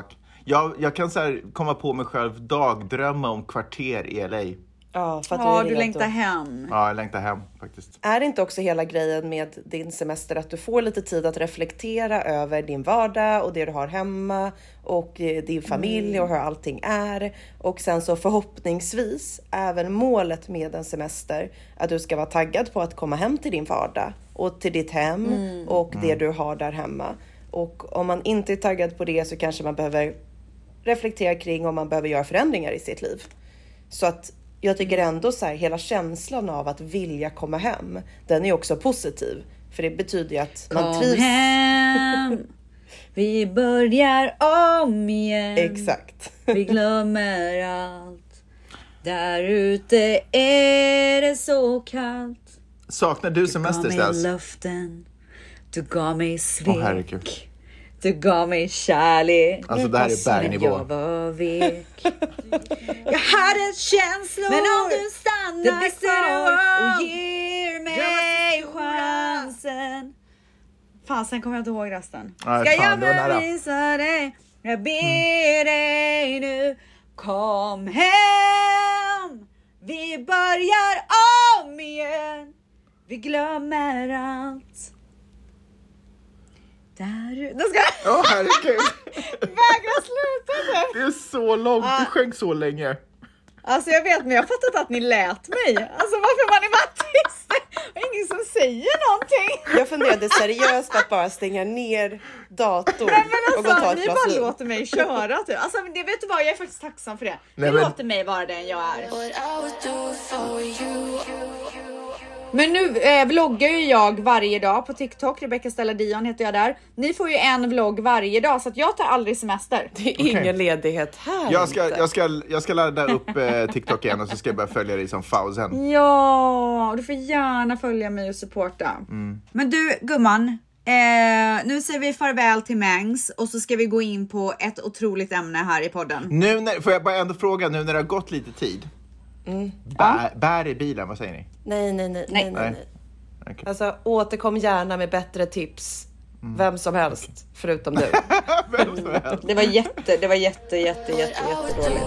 Jag, jag kan så här komma på mig själv dagdrömma om kvarter i L A. Ja, för att Ja, du, är du redo. längtar hem. Ja, jag längtar hem faktiskt. Är det inte också hela grejen med din semester att du får lite tid att reflektera över din vardag och det du har hemma och din familj och hur allting är, och sen så förhoppningsvis även målet med en semester att du ska vara taggad på att komma hem till din vardag och till ditt hem Mm. och det du har där hemma. Och om man inte är taggad på det så kanske man behöver reflektera kring om man behöver göra förändringar i sitt liv. Så att jag tycker ändå så här, hela känslan av att vilja komma hem, den är också positiv. För det betyder ju att man Kom trivs. hem, vi börjar om igen. Exakt. Vi glömmer allt. Där ute är det så kallt. Saknar du semester, Du gav mig Stas? löften, du gav mig svek. Åh, herregud. Du gav mig kärlek. Alltså, det här är bergnivå. Jag var vek. Jag hade känslor. Men om du stannar kvar och ger mig chansen. Fan, sen kommer jag inte ihåg resten. Nej, Ska fan, jag det var nära. bevisa dig? Jag ber dig nu. Kom hem. Vi börjar om igen. Vi glömmer allt. Där. Då ska jag... Åh, oh, herregud. Vägra sluta nu. Det är så långt. Du sjöng så länge. Alltså jag vet, men jag har fattat att ni lät mig. Alltså varför var ni bara tysta? Och ingen som säger någonting. Jag funderade seriöst på att bara stänga ner datorn. Nej, men och gå och ta alltså, ett ni glas bara vin. låter mig köra typ. Alltså det, vet du vad, jag är faktiskt tacksam för det. Nej, Ni men- låter mig vara den jag är. Men nu eh, vloggar ju jag varje dag på TikTok. Rebecca Stella Dion heter jag där. Ni får ju en vlogg varje dag, så att jag tar aldrig semester. Det är ingen ledighet här. Jag ska, inte. jag ska, jag ska ladda upp eh, TikTok igen och så ska jag börja följa dig som Fausen. Ja, du får gärna följa mig och supporta. Men du, gumman. Eh, nu säger vi farväl till Mangs och så ska vi gå in på ett otroligt ämne här i podden. Nu när, får jag bara ändå fråga, nu när det har gått lite tid. Bär, bär i bilen, vad säger ni? Nej, nej, nej, nej, nej. Nej. nej. Okej. Alltså återkom gärna med bättre tips. Vem som helst, förutom du. Vem som helst. Det var jätte, det var jätte, jätte, jätte, jättedåligt.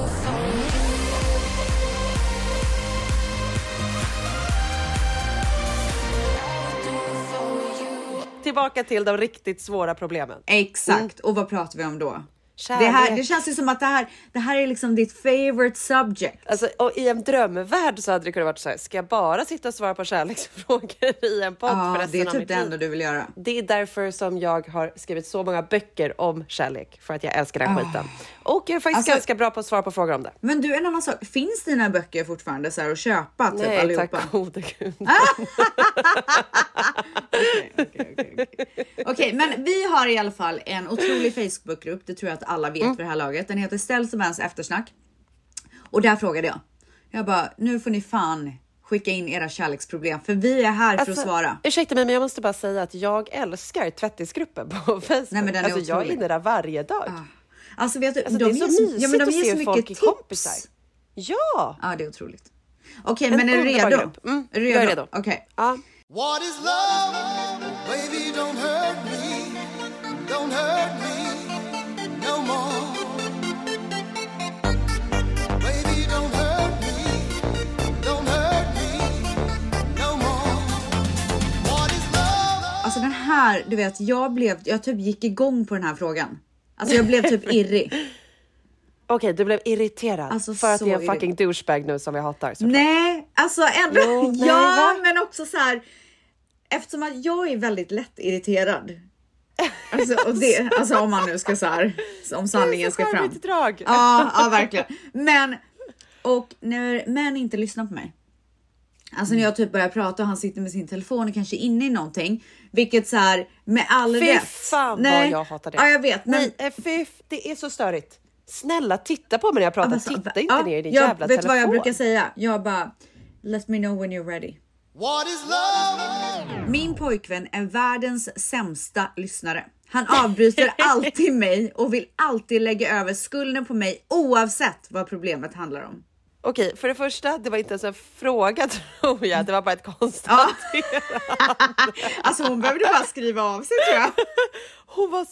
Tillbaka till de riktigt svåra problemen. Exakt, och vad pratar vi om då? Det, Kärlek. här, det känns ju som att det här, det här är liksom ditt favorite subject. Alltså, och i en drömvärld så hade det kunnat vara så här: ska jag bara sitta och svara på kärleksfrågor i en podd för Ja, resten det är av typ mitt det liv? enda du vill göra. Det är därför som jag har skrivit så många böcker om kärlek, för att jag älskar den skiten. Och jag är faktiskt Alltså- ganska bra på att svara på frågor om det. Men du, en annan sak. Finns dina böcker fortfarande så här att köpa? Typ, Nej, allihopa? tack gode gud. Okej, okej, okej, okej. Okej, men vi har i alla fall en otrolig Facebookgrupp. Det tror jag att alla vet Mm. för det här laget. Den heter Ställs och Bens eftersnack. Och där frågade jag. Jag bara, nu får ni fan skicka in era kärleksproblem. För vi är här för att svara. Ursäkta mig, men jag måste bara säga att jag älskar tvättisgruppen på Facebook. Nej, men den är alltså, jag är otrolig. inne där varje dag. Alltså vet du, Alltså, de det är så ger mysigt ja, men de att ger se så mycket folk i tips. kompisar. Ja! Ja, det är otroligt. Okej, En men är du underbar redo? grupp. Mm, Är du jag är redo? redo. Okej. Ja. What is love? Baby, don't hurt me. Don't hurt me no more. Baby, don't hurt me. Don't hurt me no more. What is love? Alltså den här, du vet, jag blev, jag typ gick igång på den här frågan. Alltså jag blev typ irrig. Okej, du blev irriterad Alltså, för att så det är en irriterad. fucking douchebag nu som vi hatar. såklart. Nej, alltså ändå, Jo, nej, ja, va? men också så här, eftersom att jag är väldigt lätt irriterad. Alltså, och det, alltså om man nu ska så här, om sanningen ska fram. Charmigt drag. Ja, ja, verkligen. Men, och när män inte lyssnar på mig. Alltså när jag typ börjar prata och han sitter med sin telefon och kanske inne i någonting. Vilket så här, med all Fy rätt. fan Nej. vad jag hatar det. Ja, jag vet. Men, Nej, eh, fy, det är så störigt. Snälla, titta på mig när jag pratar. Ja, men så- titta inte ja, ner i din jag, jävla vet du telefon. vad jag brukar säga? Jag bara, let me know when you're ready. What is love? Min pojkvän är världens sämsta lyssnare. Han avbryter alltid mig och vill alltid lägga över skulden på mig oavsett vad problemet handlar om. Okej, för det första, det var inte ens en fråga tror jag. Det var bara ett konstaterande. Alltså hon behövde bara skriva av sig tror jag. Hon var så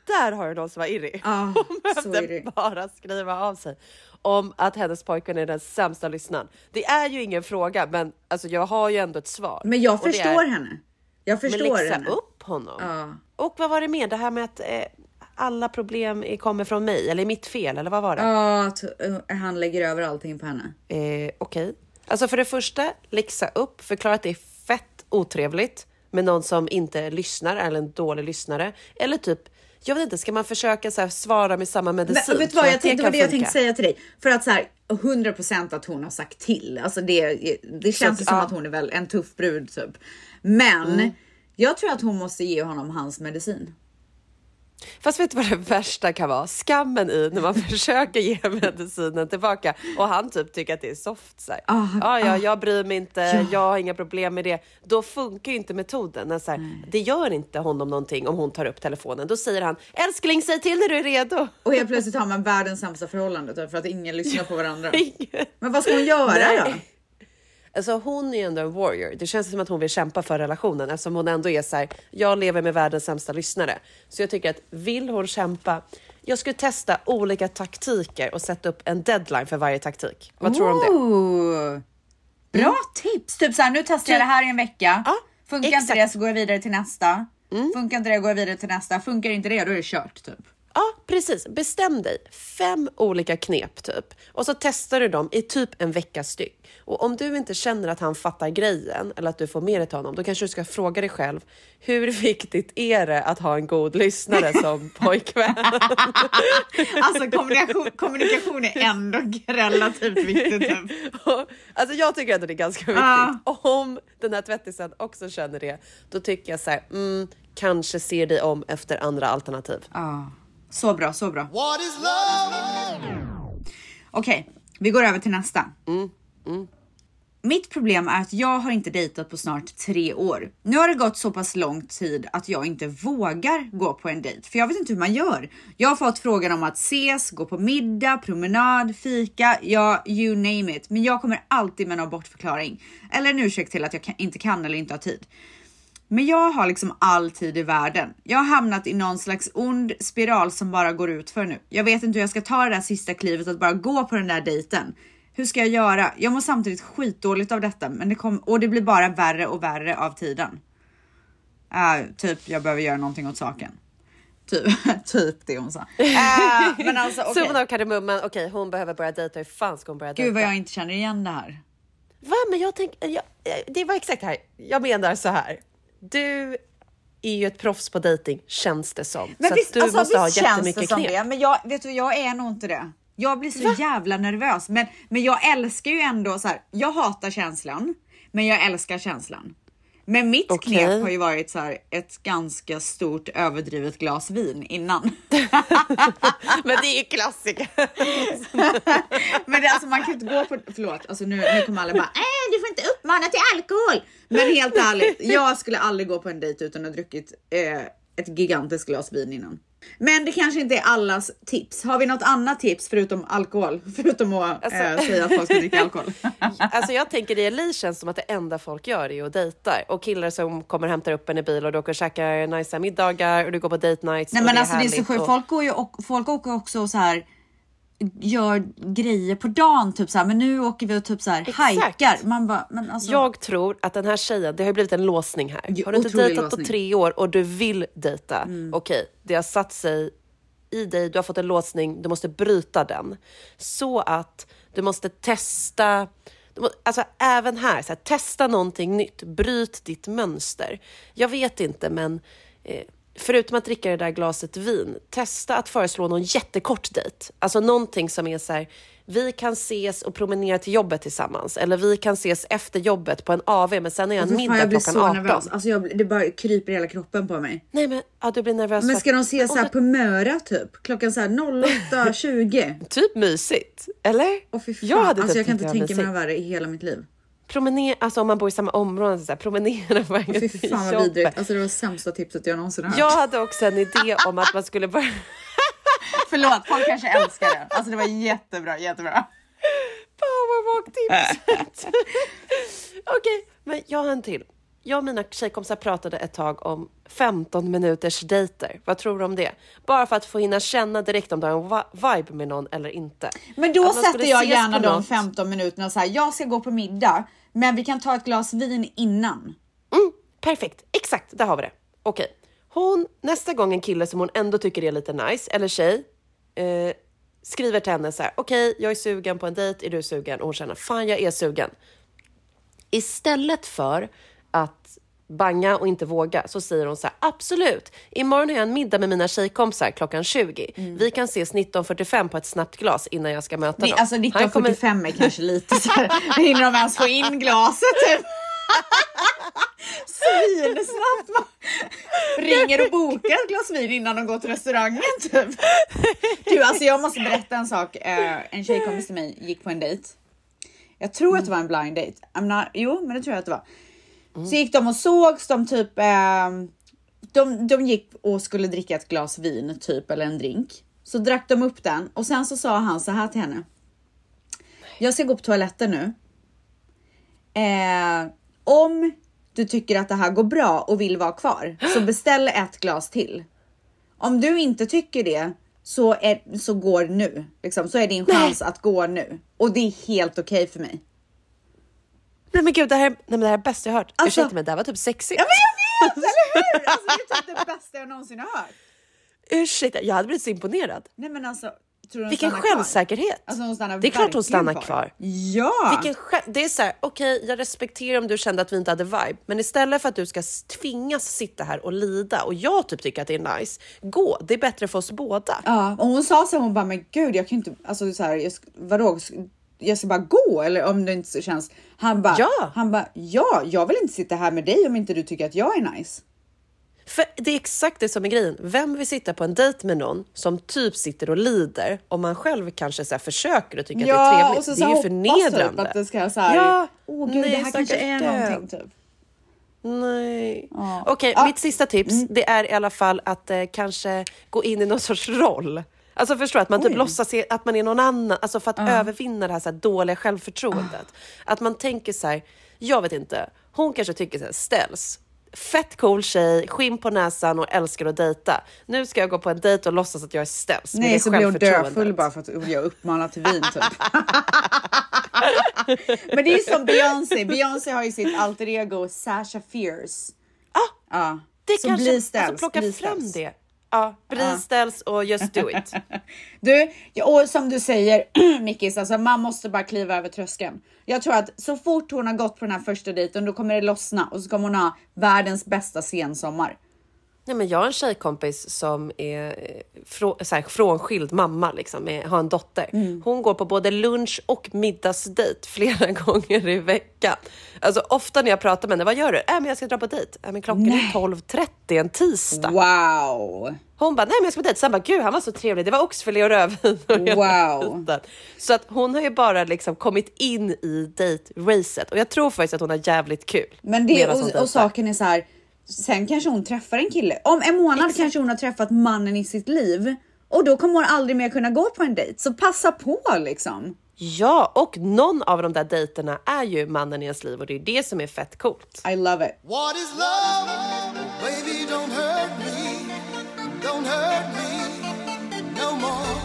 där har du någon som var irrig. Ah, Hon så behövde irrig. bara skriva av sig om att hennes pojkvän är den sämsta lyssnaren. Det är ju ingen fråga, men alltså, jag har ju ändå ett svar. Men jag Och det förstår är, henne. Jag förstår men läxa henne. upp honom. Ja. Och vad var det med? Det här med att eh, alla problem är- kommer från mig. Eller mitt fel, eller vad var det? Ja, att uh, han lägger över allting på henne. Eh, Okej. Alltså för det första, läxa upp. Förklara att det är fett otrevligt med någon som inte lyssnar eller en dålig lyssnare. Eller typ, jag vet inte, ska man försöka så här, svara med samma medicin? Men vet du Tror vad, att jag tänkte, kan vad det jag funka? tänkte säga till dig. För att så här, hundra procent att hon har sagt till. Alltså det, det känns Så, ju som ja. att hon är väl en tuff brud typ. Men Mm. jag tror att hon måste ge honom hans medicin. Fast vet du vad det värsta kan vara? Skammen i när man försöker ge medicinen tillbaka och han typ tycker att det är soft. Så här. Ah, ja, ja, ah. jag bryr mig inte, Ja. jag har inga problem med det. Då funkar ju inte metoden. När, så här, det gör inte honom någonting om hon tar upp telefonen. Då säger han, älskling, säg till när du är redo. Och helt plötsligt har man världens sämsta förhållande typ, för att ingen lyssnar på varandra. Men vad ska hon göra Nej. då? Alltså hon är ju ändå en warrior. Det känns som att hon vill kämpa för relationen eftersom hon ändå är så här, jag lever med världens sämsta lyssnare. Så jag tycker att vill hon kämpa, jag skulle testa olika taktiker och sätta upp en deadline för varje taktik. Vad tror du om det? Oh, bra tips. Typ så här, nu testar jag det här i en vecka. Ja, Funkar exakt. inte det så går jag vidare till nästa. Funkar inte det går jag vidare till nästa. Funkar inte det då är det kört typ. Ja, precis. Bestäm dig. Fem olika knep typ. Och så testar du dem i typ en veckas styck. Och om du inte känner att han fattar grejen eller att du får med dig till honom, då kanske du ska fråga dig själv, hur viktigt är det att ha en god lyssnare som pojkvän? Alltså kommunikation, kommunikation är ändå relativt viktigt typ. Alltså jag tycker att det är ganska viktigt. Ja. Om den här tvättisen också känner det, då tycker jag så här, mm, kanske ser dig om efter andra alternativ. Ja, så bra, så bra. What is love? Okej, vi går över till nästa. Mm, mm. Mitt problem är att jag har inte dejtat på snart tre år. Nu har det gått så pass lång tid att jag inte vågar gå på en dejt. För jag vet inte hur man gör. Jag har fått frågan om att ses, gå på middag, promenad, fika, ja, you name it. Men jag kommer alltid med någon bortförklaring. Eller en ursäkt till att jag kan, inte kan eller inte har tid. Men jag har liksom all tid i världen. Jag har hamnat i någon slags ond spiral som bara går ut för nu. Jag vet inte hur jag ska ta det där sista klivet att bara gå på den där dejten. Hur ska jag göra? Jag mår samtidigt skitdåligt av detta. Men det kom, och det blir bara värre och värre av tiden. Uh, typ, jag behöver göra någonting åt saken. Typ, typ det hon sa. Uh, men alltså, okej. Summan av kardemumman, okej, okay, hon behöver börja dejta. Hur fan ska hon börja dejta? Gud vad jag inte känner igen det här. Va? Men jag tänker, jag, det var exakt här. Jag menar så här. Du är ju ett proffs på dating, känns det som. Men så visst, att du alltså, måste ha visst känns jättemycket det som knep. det. Men jag, vet du, jag är nog inte det. Jag blir så Va? jävla nervös. Men, men jag älskar ju ändå så här. Jag hatar känslan. Men jag älskar känslan. Men mitt Okay. knep har ju varit så här, ett ganska stort överdrivet glas vin innan. Men det är ju klassiker. Men det, alltså, man kan inte gå på... Förlåt, alltså, nu, nu kommer alla bara äh, du får inte uppmana till alkohol. Men helt ärligt, jag skulle aldrig gå på en dejt utan att ha druckit eh, ett gigantiskt glas vin innan. Men det kanske inte är allas tips. Har vi något annat tips förutom alkohol? Förutom att Alltså... eh, säga att folk ska dricka alkohol. Alltså jag tänker i Eli känns som att det enda folk gör är att dejta. Och killar som kommer och hämtar upp en i bil och du åker och käkar nice middagar och du går på date nights. Nej och men det är alltså det är så härligt sjukt. och... Folk går ju och, folk åker också så här, gör grejer på dagen typ så här, men nu åker vi och typ så här hajkar. Man bara, men alltså... Jag tror att den här tjejen, det har blivit en låsning här. Jo, har du inte otrolig dejtat låsning. på tre år och du vill dejta? Mm. Okej, det har satt sig i dig, du har fått en låsning, du måste bryta den. Så att du måste testa, du må, alltså även här, så här, testa någonting nytt, bryt ditt mönster. Jag vet inte, men eh, förutom att dricka det där glaset vin, testa att föreslå någon jättekort dejt. Alltså någonting som är så här, vi kan ses och promenera till jobbet tillsammans. Eller vi kan ses efter jobbet på en A V, men sen är jag en Fan, middag jag blir klockan så arton. nervös. Alltså jag, det bara kryper hela kroppen på mig. Nej men, ja, du blir nervös. Men för ska att- de ses så här om på Möra typ? Klockan så här åtta tjugo. Typ mysigt, eller? Åh fy fan. Jag hade alltså typ jag kan tyckt inte det var tänka mig mysigt. något värre i hela mitt liv. Promenera, alltså om man bor i samma område, så här, promenera på vägen Fy till fan vad jobbet. vidrigt. Alltså det var sämsta tipset jag någonsin har hört. Jag hade också en idé om att man skulle börja... Förlåt, folk kanske älskar det. Alltså det var jättebra, jättebra. Powerwalk-tipset. Okej, men jag har en till. jag och mina tjejkompisar pratade ett tag om femton minuters dejter. Vad tror du om det? Bara för att få hinna känna direkt om du har en va- vibe med någon eller inte. Men då sätter jag gärna de något. femton minuterna så här. Jag ska gå på middag, men vi kan ta ett glas vin innan. Mm, perfekt, exakt, där har vi det. Okej, hon, nästa gång en kille som hon ändå tycker är lite nice, eller tjej, eh, skriver till henne så här: okej, jag är sugen på en dejt, är du sugen? Och hon känner, fan jag är sugen. Istället för att banga och inte våga, så säger hon så här: absolut, imorgon har jag en middag med mina tjejkompisar klockan tjugo. Mm. Vi kan ses nitton fyrtiofem på ett snabbt glas innan jag ska möta Nej, dem. alltså nitton fyrtiofem kommer... är kanske lite så här. Hinner de ens få in glaset typ? Svinsnabbt man ringer och bokar ett glas vin innan de går till restaurangen typ. Du, alltså jag måste berätta en sak. uh, En tjejkompis till mig gick på en dejt. Jag tror mm. att det var en blind date. I'm not... Jo, men det tror jag att det var. Mm. Så gick de och sågs. De typ eh, de, de gick och skulle dricka ett glas vin typ, eller en drink. Så drack de upp den. Och sen så sa han så här till henne: jag ska gå på toaletten nu. Eh, om du tycker att det här går bra och vill vara kvar, så beställ ett glas till. Om du inte tycker det, så, är, så går nu. Liksom, så är din chans nej. Att gå nu. Och det är helt okej okay för mig. Nej men gud, det här, nej, men det här är bästa jag har hört. Alltså, ursäkta mig, det här var typ sexigt. Ja men jag vet, eller hur? Alltså det är typ det bästa jag någonsin har hört. Ursäkta, jag hade blivit så imponerad. Nej men alltså, tror du vilken självsäkerhet. Alltså, hon det är klart hon stannar kvar. kvar. Ja. Vilken själv... Det är så här, okej, okay, jag respekterar om du kände att vi inte hade vibe. Men istället för att du ska tvingas sitta här och lida, och jag typ tycker att det är nice, gå, det är bättre för oss båda. Ja, och hon sa så, hon bara, men gud, jag kan inte, alltså så här, jag, vadå, jag ska bara gå, eller om det inte så känns. Han bara, ja. han bara, ja, jag vill inte sitta här med dig om inte du tycker att jag är nice. För det är exakt det som är grejen. Vem vill sitta på en dejt med någon som typ sitter och lider, om man själv kanske så här försöker och tycker ja, att det är trevligt? Och så, det är ju förnedrande. Typ att det ska så här, ja, åh gud, nej, det här kanske är död. Någonting typ. Nej. Ja. Okej, okay, ja. mitt sista tips, mm. det är i alla fall att eh, kanske gå in i någon sorts roll. Alltså förstå att man typ låtsas se att man är någon annan, alltså för att uh. övervinna det här, så här dåliga självförtroendet. Uh. Att man tänker så här, jag vet inte, hon kanske tycker så här, ställs. Fett cool tjej, skinn på näsan och älskar att dejta. Nu ska jag gå på en dejt och låtsas att jag är ställs. Nej, så blir hon döfull bara för att jag uppmanar till vin typ. Men det är ju som Beyoncé. Beyoncé har ju sitt alter ego Sasha Fierce. Ah, ja. Det så kanske, bli ställs, alltså plocka bli fram ställs. det. Ja, bli ja. ställs och just do it. Du, och som du säger Mickis, alltså man måste bara kliva över tröskeln. Jag tror att så fort hon har gått på den här första dejten, då kommer det lossna och så kommer hon ha världens bästa sensommar. Nej, men jag har en tjejkompis som är frå, så här, frånskild mamma liksom, med, har en dotter. Mm. Hon går på både lunch och middagsdejt flera gånger i veckan. Alltså ofta när jag pratar med henne, vad gör du? Äh, men jag ska dra på dejt. Äh, men klockan nej. är tolv trettio en tisdag. Wow. Hon bara, nej men jag ska på dejt. Sen bara, gud han var så trevlig. Det var oxfilé och rödvin. Wow. Så att hon har ju bara liksom kommit in i dejt-racet. Och jag tror faktiskt att hon har jävligt kul. Men det, och, och saken är så här, sen kanske hon träffar en kille. Om en månad Exakt. kanske hon har träffat mannen i sitt liv. Och då kommer hon aldrig mer kunna gå på en dejt. Så passa på liksom. Ja, och någon av de där dejterna är ju mannen i ens liv. Och det är det som är fett coolt. I love it. What is love? Baby, don't hurt me. Don't hurt me no more.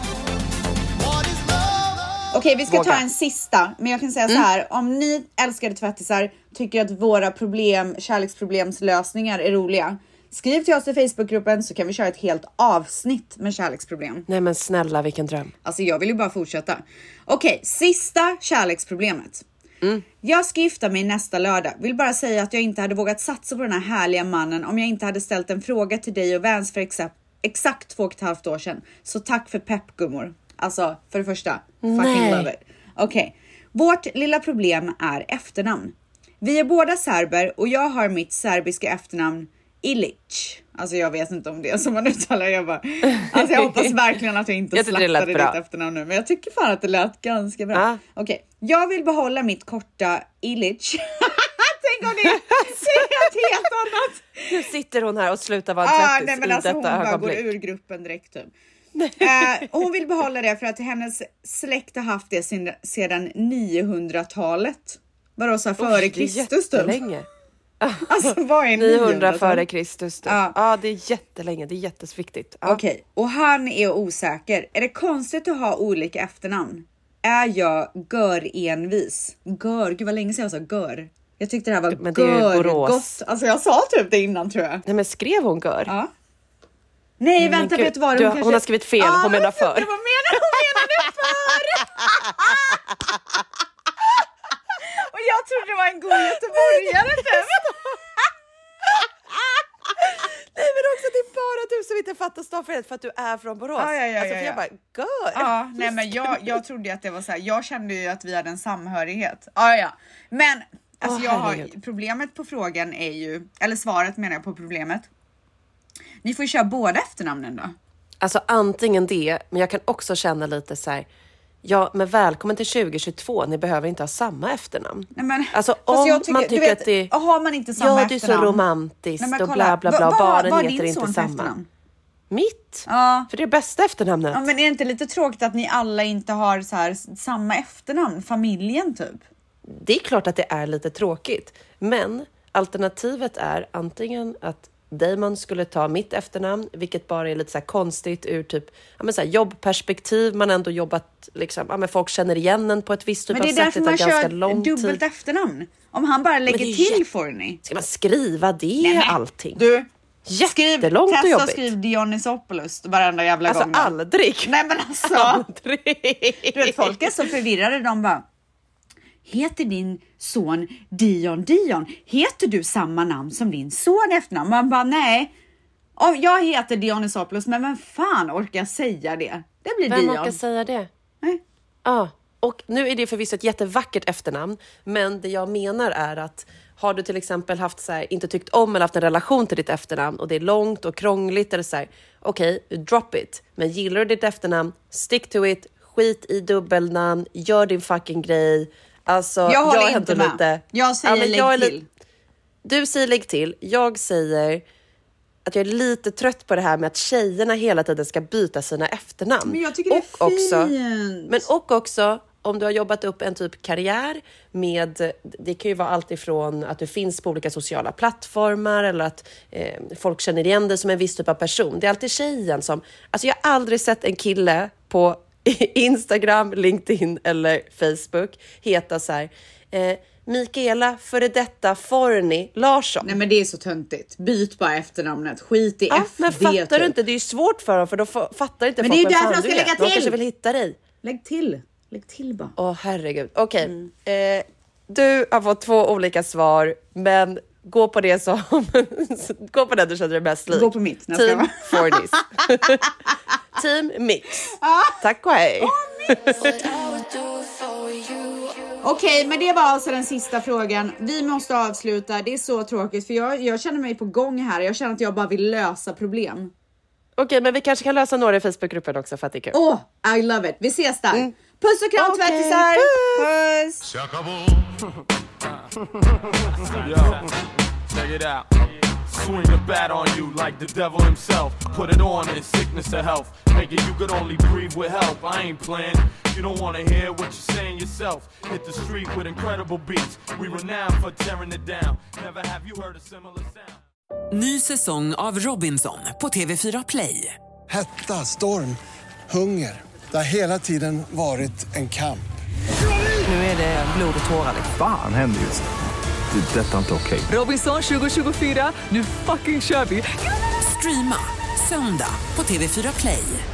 What is love? Okej, okay, vi ska Våga. ta en sista. Men jag kan säga mm. så här. Om ni älskade tvättisar tycker att våra problem, kärleksproblemslösningar är roliga, skriv till oss i Facebookgruppen så kan vi köra ett helt avsnitt med kärleksproblem. Nej men snälla, vilken dröm. Alltså jag vill ju bara fortsätta. Okej, okay, sista kärleksproblemet. Mm. Jag ska gifta mig nästa lördag. Vill bara säga att jag inte hade vågat satsa på den här härliga mannen om jag inte hade ställt en fråga till dig och Vans för exakt, exakt två och ett halvt år sedan. Så tack för pepp, gummor. Alltså, för det första, fucking Nej. love it. Okej, okay. Vårt lilla problem är efternamn. Vi är båda serber och jag har mitt serbiska efternamn Ilic. Alltså jag vet inte om det är som man uttalar. Jag bara, alltså jag hoppas verkligen att jag inte jag slaktade ditt efternamn nu. Men jag tycker fan att det lät ganska bra. Ah. Okej, okay. Jag vill behålla mitt korta Ilic. Tänk om det är ett helt annat. Nu sitter hon här och slutar vara en ah, tvättis nej, men i alltså, detta hon ögonblick. Hon bara går ur gruppen direkt typ. uh, hon vill behålla det för att hennes släkt har haft det sedan niohundratalet. Vadå så här före Kristus typ? Länge. Alltså vad är niohundra före Kristus. Ja. ja, det är jättelänge. Det är jättesviktigt. Ja. Okej, okay. Och han är osäker. Är det konstigt att ha olika efternamn? Är jag gör-envis? Gör, gud vad länge sedan jag sa gör. Jag tyckte det här var men det är ju Borås. Gott. Alltså jag sa typ det innan tror jag. Nej men skrev hon gör? Ja. Nej men vänta, gud, vet du vad? Hon, du, kanske... hon har skrivit fel, hon ah, menar för. Vad menar hon? Menade för? Och jag trodde det var en god göteborgare typ. Nej men också det är bara du som inte fattar stavfelet för att du är från Borås. Ja, ja, ja, alltså för ja, jag bara, gör. Ja, nej men jag, jag trodde ju att det var så här. Jag kände ju att vi hade en samhörighet. Ja, ja. Men alltså Åh, jag har, herregud. problemet på frågan är ju, eller svaret menar jag på problemet. Ni får ju köra båda efternamnen då. Alltså antingen det, men jag kan också känna lite så här. Ja, men välkommen till tjugo tjugotvå. Ni behöver inte ha samma efternamn. Nej, men, alltså om jag tycker, man tycker vet, att det har man inte samma ja, det är så romantiskt. Nej, och bla bla bla. Va, va, barnen va, heter inte samma. Efternamn? Mitt? Ja. För det är bästa efternamnet. Ja, men är det inte lite tråkigt att ni alla inte har så här samma efternamn? Familjen typ. Det är klart att det är lite tråkigt. Men alternativet är antingen att Damon skulle ta mitt efternamn, vilket bara är lite så här konstigt ur typ ja, men så här jobbperspektiv. Man har ändå jobbat, liksom, ja, men folk känner igen en på ett visst typ av sätt. Men det är därför man kör dubbelt tid. efternamn. Om han bara lägger till jä- Forni. Ska man skriva det Nej, nej. allting? Du, jättelångt skriv, och jobbigt. Testa skriv Dionysopoulos varenda jävla alltså, gång. Alltså aldrig. Nej men alltså. aldrig. Du vet, folk är så förvirrade. De bara, heter din son Dion Dion? Heter du samma namn som din son efternamn? Man bara, nej. Oh, jag heter Dionysopoulos, men vem fan orkar säga det? Det blir vem Dion. Vem orkar säga det? Nej. Ja, och nu är det förvisso ett jättevackert efternamn. Men det jag menar är att har du till exempel haft så här, inte tyckt om eller haft en relation till ditt efternamn och det är långt och krångligt eller så här, okej, okay, drop it. Men gillar du ditt efternamn, stick to it, skit i dubbelnamn, gör din fucking grej. Alltså, jag håller jag inte med. Lite, jag säger ja, lägg jag till. Li- du säger lägg till. Jag säger att jag är lite trött på det här med att tjejerna hela tiden ska byta sina efternamn. Men jag tycker det är och fint. Också, men och också om du har jobbat upp en typ karriär med, det kan ju vara allt ifrån att du finns på olika sociala plattformar eller att eh, folk känner igen dig som en viss typ av person. Det är alltid tjejen som, alltså jag har aldrig sett en kille på Instagram, LinkedIn eller Facebook heta så här, eh, Mikaela före detta Forni Larsson. Nej men det är så töntigt. Byt bara efternamnet. Skit i ja, F D. Men fattar typ. du inte? Det är ju svårt för dem för då f- fattar inte men folk det är vem därför fan de du ska är. lägga till. De kanske vill hitta dig. Lägg till. Lägg till bara. Åh oh, herregud. Okej. Okay. Mm. Eh, du har fått två olika svar. Men gå på det som gå på det du känner dig mest lik. Gå på mitt. Team Fornis. Team Mix. Ah. Tack och hej. Okej, okay, men det var alltså den sista frågan. Vi måste avsluta. Det är så tråkigt för jag, jag känner mig på gång här. Jag känner att jag bara vill lösa problem. Okej, okay, men vi kanske kan lösa några i Facebookgruppen också för att det är kul. Åh, oh, I love it. Vi ses där. Mm. Puss och kram, okay. Tvättisar. Puss. Check it out. Swing a bat on you like the devil himself. Put it on in sickness or health. Make it you could only breathe with help. I ain't playing. You don't want to hear what you're saying yourself. Hit the street with incredible beats. We renowned for tearing it down. Never have you heard a similar sound. Ny säsong av Robinson på T V fyra Play. Hetta, storm, hunger. Det har hela tiden varit en kamp. Nu är det blod och tårar. Fan händer just det. Det är detta inte okej. Robinson tjugo tjugofyra, nu fucking kör vi. Streama söndag på T V fyra Play.